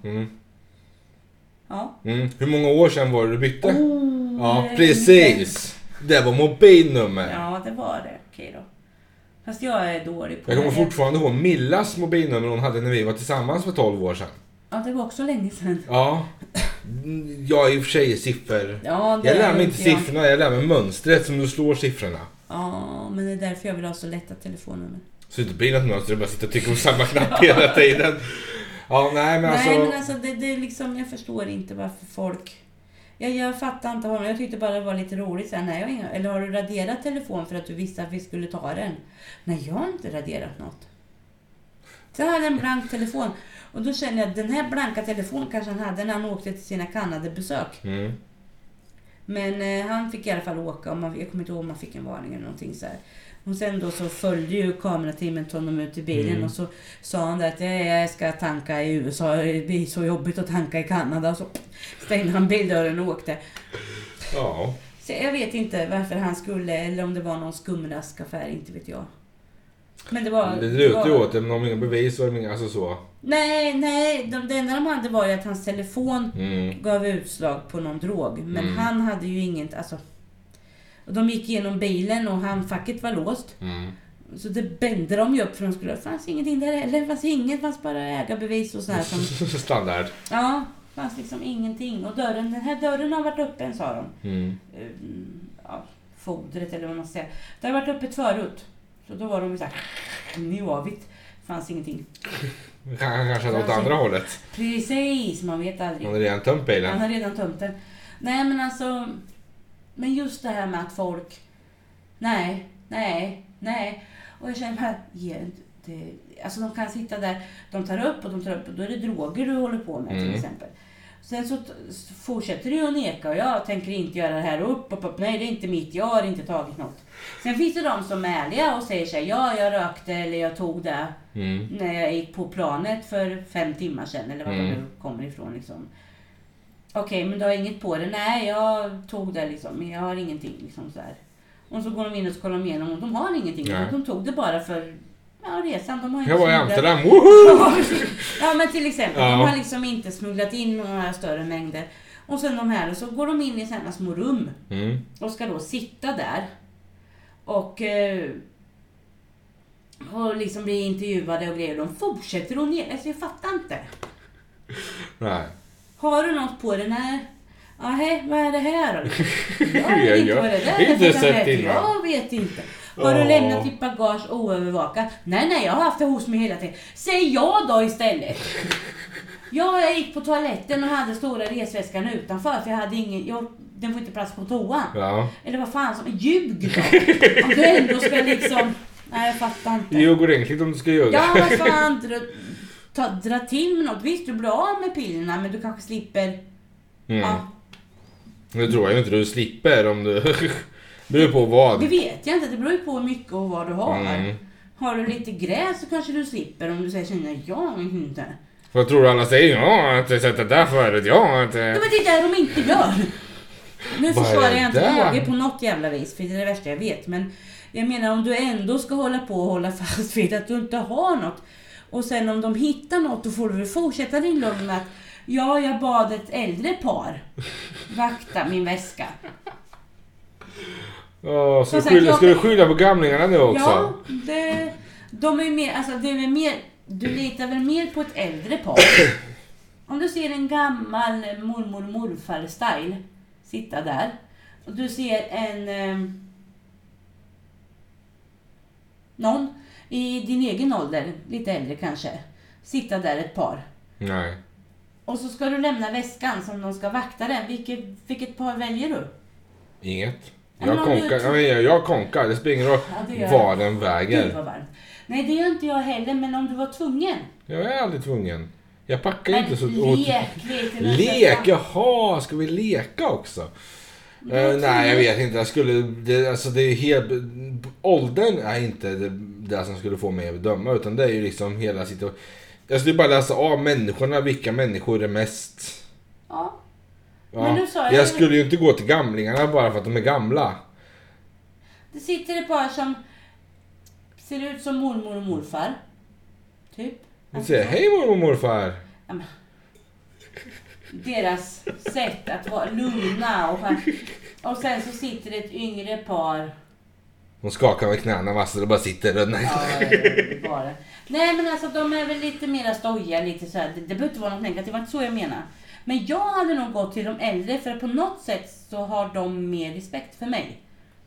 Ja. Hur många år sedan var det du bytte? Ja, precis. Det var mobilnummer. Ja, det var det. Okej då. Fast jag är dålig på det. Jag kommer fortfarande ihåg Millas mobilnummer hon hade när vi var tillsammans för 12 år sedan. Ja, det var också länge sedan. Ja. Jag är i och för sig siffror. Ja, jag lär mig inte siffrorna, jag lär mig mönstret som du slår siffrorna. Ja, men det är därför jag vill ha så lätta telefonnummer. Så det blir något mönster, du bara sitter och trycker på samma knapp hela tiden. Ja, nej men alltså det är liksom, jag förstår inte varför folk... Jag fattar inte honom. Jag tyckte bara det var lite roligt. Sen, nej, eller har du raderat telefon för att du visste att vi skulle ta den? Nej, jag har inte raderat något. Så jag hade en blank telefon. Och då kände jag att den här blanka telefonen kanske han hade när han åkte till sina Kanada-besök. Men han fick i alla fall åka. Och jag kommer inte ihåg om man fick en varning eller någonting så här. Och sen då så följde ju kamerateamet honom ut i bilen och så sa han att jag ska tanka i USA. Det blir så jobbigt att tanka i Kanada. Och så stängde han bildörren och åkte. Ja. Så jag vet inte varför han skulle, eller om det var någon skumraskaffär, inte vet jag. Men det var... Det lutade ju åt det, men om inga bevis var det inga, alltså så. Nej, det enda de hade var ju att hans telefon gav utslag på någon drog. Men han hade ju inget, alltså... Och de gick igenom bilen och handfacket var låst. Så det bände de ju upp för de skulle... Det fanns ingenting där heller. Det fanns inget. Det fanns bara ägarbevis och sådär som... Standard. Ja, det fanns liksom ingenting. Och den här dörren har varit öppen, sa de. Fodret eller vad man säger. Det har varit öppet förut. Så då var de ju såhär... Njavigt. Det fanns ingenting. Kanske åt andra hållet. Precis, man vet aldrig. Han har redan tömt bilen. Nej, men alltså... Men just det här med att folk Nej. Och jag känner bara, alltså de kan sitta där, de tar upp och då är det droger du håller på med till exempel. Sen så fortsätter du att neka och jag tänker inte göra det här upp. Nej, det är inte mitt, jag har inte tagit något. Sen finns det de som är ärliga och säger sig, ja, jag rökte eller jag tog det när jag gick på planet för 5 timmar sedan eller vad det nu kommer ifrån liksom. Okej, men du har inget på det? Nej, jag tog det liksom, men jag har ingenting liksom så här. Och så går de in och så kollar de igenom och de har ingenting. De tog det bara för resan. De har inte jag var i Amsterdam. Ja, men till exempel. De har liksom inte smugglat in några större mängder. Och sen de här, och så går de in i sådana små rum. Och ska då sitta där. Och liksom bli intervjuade och grejer. De fortsätter och ner. Alltså jag fattar inte. Nej. Har du något på det? Nej. Vad är det här då? Jag vet inte vad det där är. Jag vet inte. Har du lämnat ditt bagage oövervakat? Nej, jag har haft det hos mig hela tiden. Säg ja då istället. Jag gick på toaletten och hade stora resväskan utanför för jag hade den får inte plats på toan. Ja. Eller vad fan som ljug då. Om du ändå ska liksom... Nej, jag fattar inte. Det går enkelt om du ska göra. Ja, vad fan. Dra till med något. Visst, du blir av med pillerna men du kanske slipper... Ja. Det tror jag inte du slipper om du... Det beror på vad. Det vet jag inte. Det beror ju på mycket och vad du har. Har du lite gräs så kanske du slipper om du säger jag inte. Vad tror du alla säger? Jag har inte sett det där förut. Jag har inte... Ja, men det är det de inte gör. Nu försvarar jag inte droger på något jävla vis. För det är det värsta jag vet. Men jag menar om du ändå ska hålla på och hålla fast vid att du inte har något. Och sen om de hittar något då får du väl fortsätta din lugn med att jag bad ett äldre par vakta min väska. Ska du skylla på gamlingarna nu också? Ja, de är ju mer, alltså det är väl mer, du litar väl mer på ett äldre par. Om du ser en gammal mormor och morfar style sitta där och du ser någon i din egen ålder, lite äldre kanske, sitta där ett par. Nej. Och så ska du lämna väskan som de ska vakta den. Vilket par väljer du? Inget. Jag konkar. Det spelar ingen roll vad den väger. Nej, det gör inte jag heller. Men om du var tvungen. Jag är aldrig tvungen. Jag packar men inte så... Lek. Jaha, ska vi leka också? Nej, jag vet inte. Det är helt... Åldern är inte det som skulle få mig att bedöma. Utan det är ju liksom hela situationen. Jag skulle bara läsa av människorna. Vilka människor är mest... Ja. Men nu sa jag skulle ju inte gå till gamlingarna bara för att de är gamla. Det sitter ett par som ser ut som mormor och morfar. Typ. Du säger hej mormor och morfar. Deras sätt att vara lugna och sen så sitter ett yngre par. De skakar med knäna massor och bara sitter och bara. Nej men alltså de är väl lite mer stojiga, lite så här. Det behöver inte vara något negativt, det var inte så jag menar. Men jag hade nog gått till de äldre för på något sätt så har de mer respekt för mig.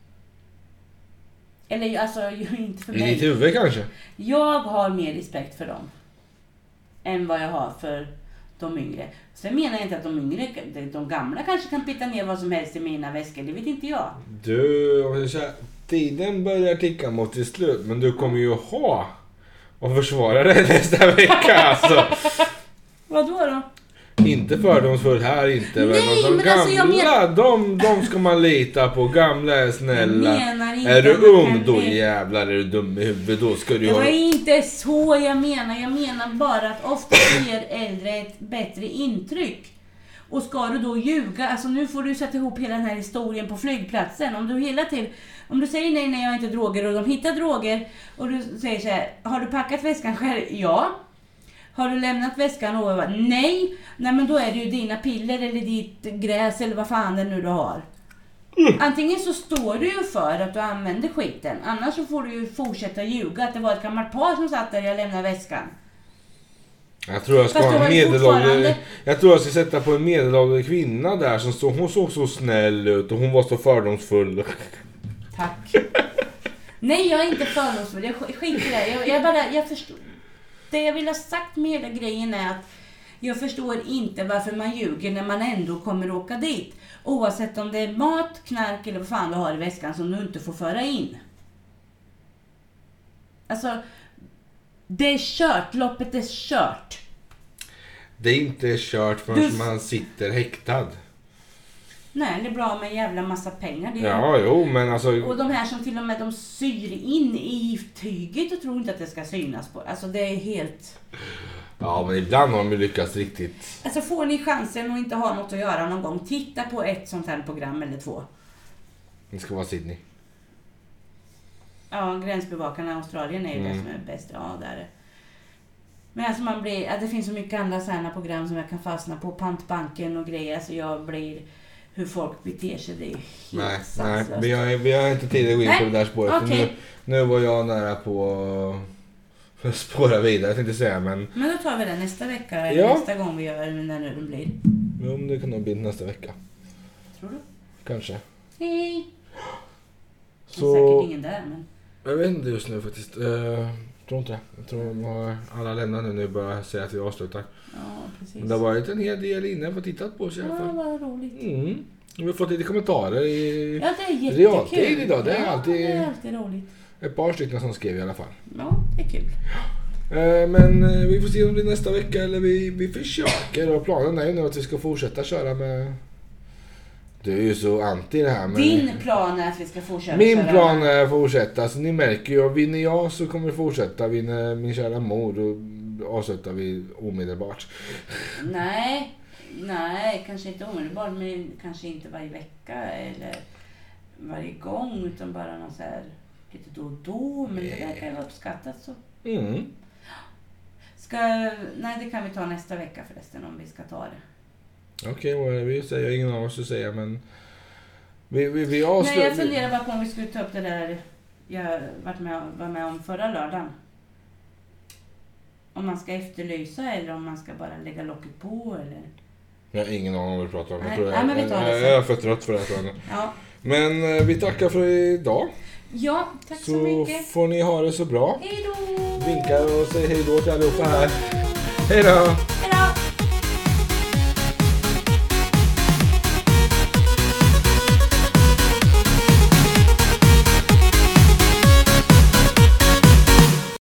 Eller alltså inte för mig. I ditt huvud kanske? Jag har mer respekt för dem än vad jag har för de yngre. Sen menar jag inte att de yngre, de gamla kanske kan pitta ner vad som helst i mina väskor. Det vet inte jag. Du, tiden börjar ticka mot till slut. Men du kommer ju ha och försvara det nästa vecka alltså. Vadå då? Inte fördomsfull här inte. Nej, men de gamla, alltså de ska man lita på. Gamla är snälla. Är du ung då jävlar är du dum i huvudet. Då ska du det var inte så jag menar. Jag menar bara att ofta ger äldre ett bättre intryck. Och ska du då ljuga, alltså nu får du sätta ihop hela den här historien på flygplatsen. Om du säger nej jag har inte droger och de hittar droger och du säger så här, har du packat väskan själv? Ja. Har du lämnat väskan över? Nej, men då är det ju dina piller eller ditt gräs eller vad fan det nu du har. Antingen så står du ju för att du använder skiten. Annars så får du ju fortsätta ljuga att det var ett gammalt par som satt där jag lämnade väskan. Jag tror jag ska ha en medelålder. Jag tror jag ska sätta på en medelålder kvinna där som hon såg så snäll ut och hon var så fördomsfull. Tack. Nej, jag är inte fördomsfull. Jag skiter i det. Jag förstår. Det jag vill ha sagt med hela grejen är att Jag förstår inte varför man ljuger när man ändå kommer åka dit. Oavsett om det är mat, knark eller vad fan du har i väskan som du inte får föra in. Alltså, det är kört. Loppet är kört. Det är inte kört förrän man sitter häktad. Nej, det är bra med en jävla massa pengar. Det är ja, jo, men alltså... Och de här som till och med de syr in i tyget och tror inte att det ska synas på. Alltså det är helt... Ja, men ibland har de lyckats riktigt. Alltså får ni chansen och inte ha något att göra någon gång, titta på ett sånt här program eller 2. Det ska vara Sydney. Ja, gränsbevakarna i Australien är ju det som är bäst. Ja, där är det. Men alltså man blir... Ja, det finns så mycket andra sådana program som jag kan fastna på. Pantbanken och grejer. Så jag blir... Hur folk beter sig, det är helt sanslöst. Nej, vi har inte tid att gå in på det där spåret. Okay. Nu var jag nära på att spåra vidare, jag tänkte säga. Men då tar vi det nästa vecka, eller nästa gång vi gör när nu det blir. Jo, det kan nog bli nästa vecka. Tror du? Kanske. Hej! Så... Det är säkert ingen där, men... Jag vet inte just nu faktiskt. Tror inte det. Jag tror de har alla lämnat nu börjar säga att vi avslutar. Ja, precis. Men det har varit en hel del inne för att titta på sig i alla fall. Ja, vad roligt. Vi har fått lite kommentarer i realtid idag. Det är alltid roligt. Ett par stycken som skrev i alla fall. Ja, det är kul. Men vi får se om det blir nästa vecka eller vi försöker. Och planen är ju nu att vi ska fortsätta köra med... Du är ju så anti det här. Men... Din plan är att vi ska fortsätta Min köra plan med... är att fortsätta. Så ni märker ju, vinner jag så kommer vi fortsätta. Vinner min kära mor då avslutar vi omedelbart. Nej, kanske inte omedelbart, men kanske inte varje vecka eller varje gång, utan bara någon så här lite då. Men det verkar ju vara uppskattat så. Nej, det kan vi ta nästa vecka förresten om vi ska ta det. Okej, vi säger ingen av oss att säga, men vi Nej, jag funderar bara på om vi skulle ta upp det där jag var med om förra lördagen. Om man ska efterlysa eller om man ska bara lägga locket på eller... Jag har ingen aning om vad vi pratar om. Jag är för trött för det här. Ja. Men vi tackar för idag. Ja, tack så mycket. Så får ni ha det så bra. Hej då! Vinkar och säger hej då till allihopa här. Hej då!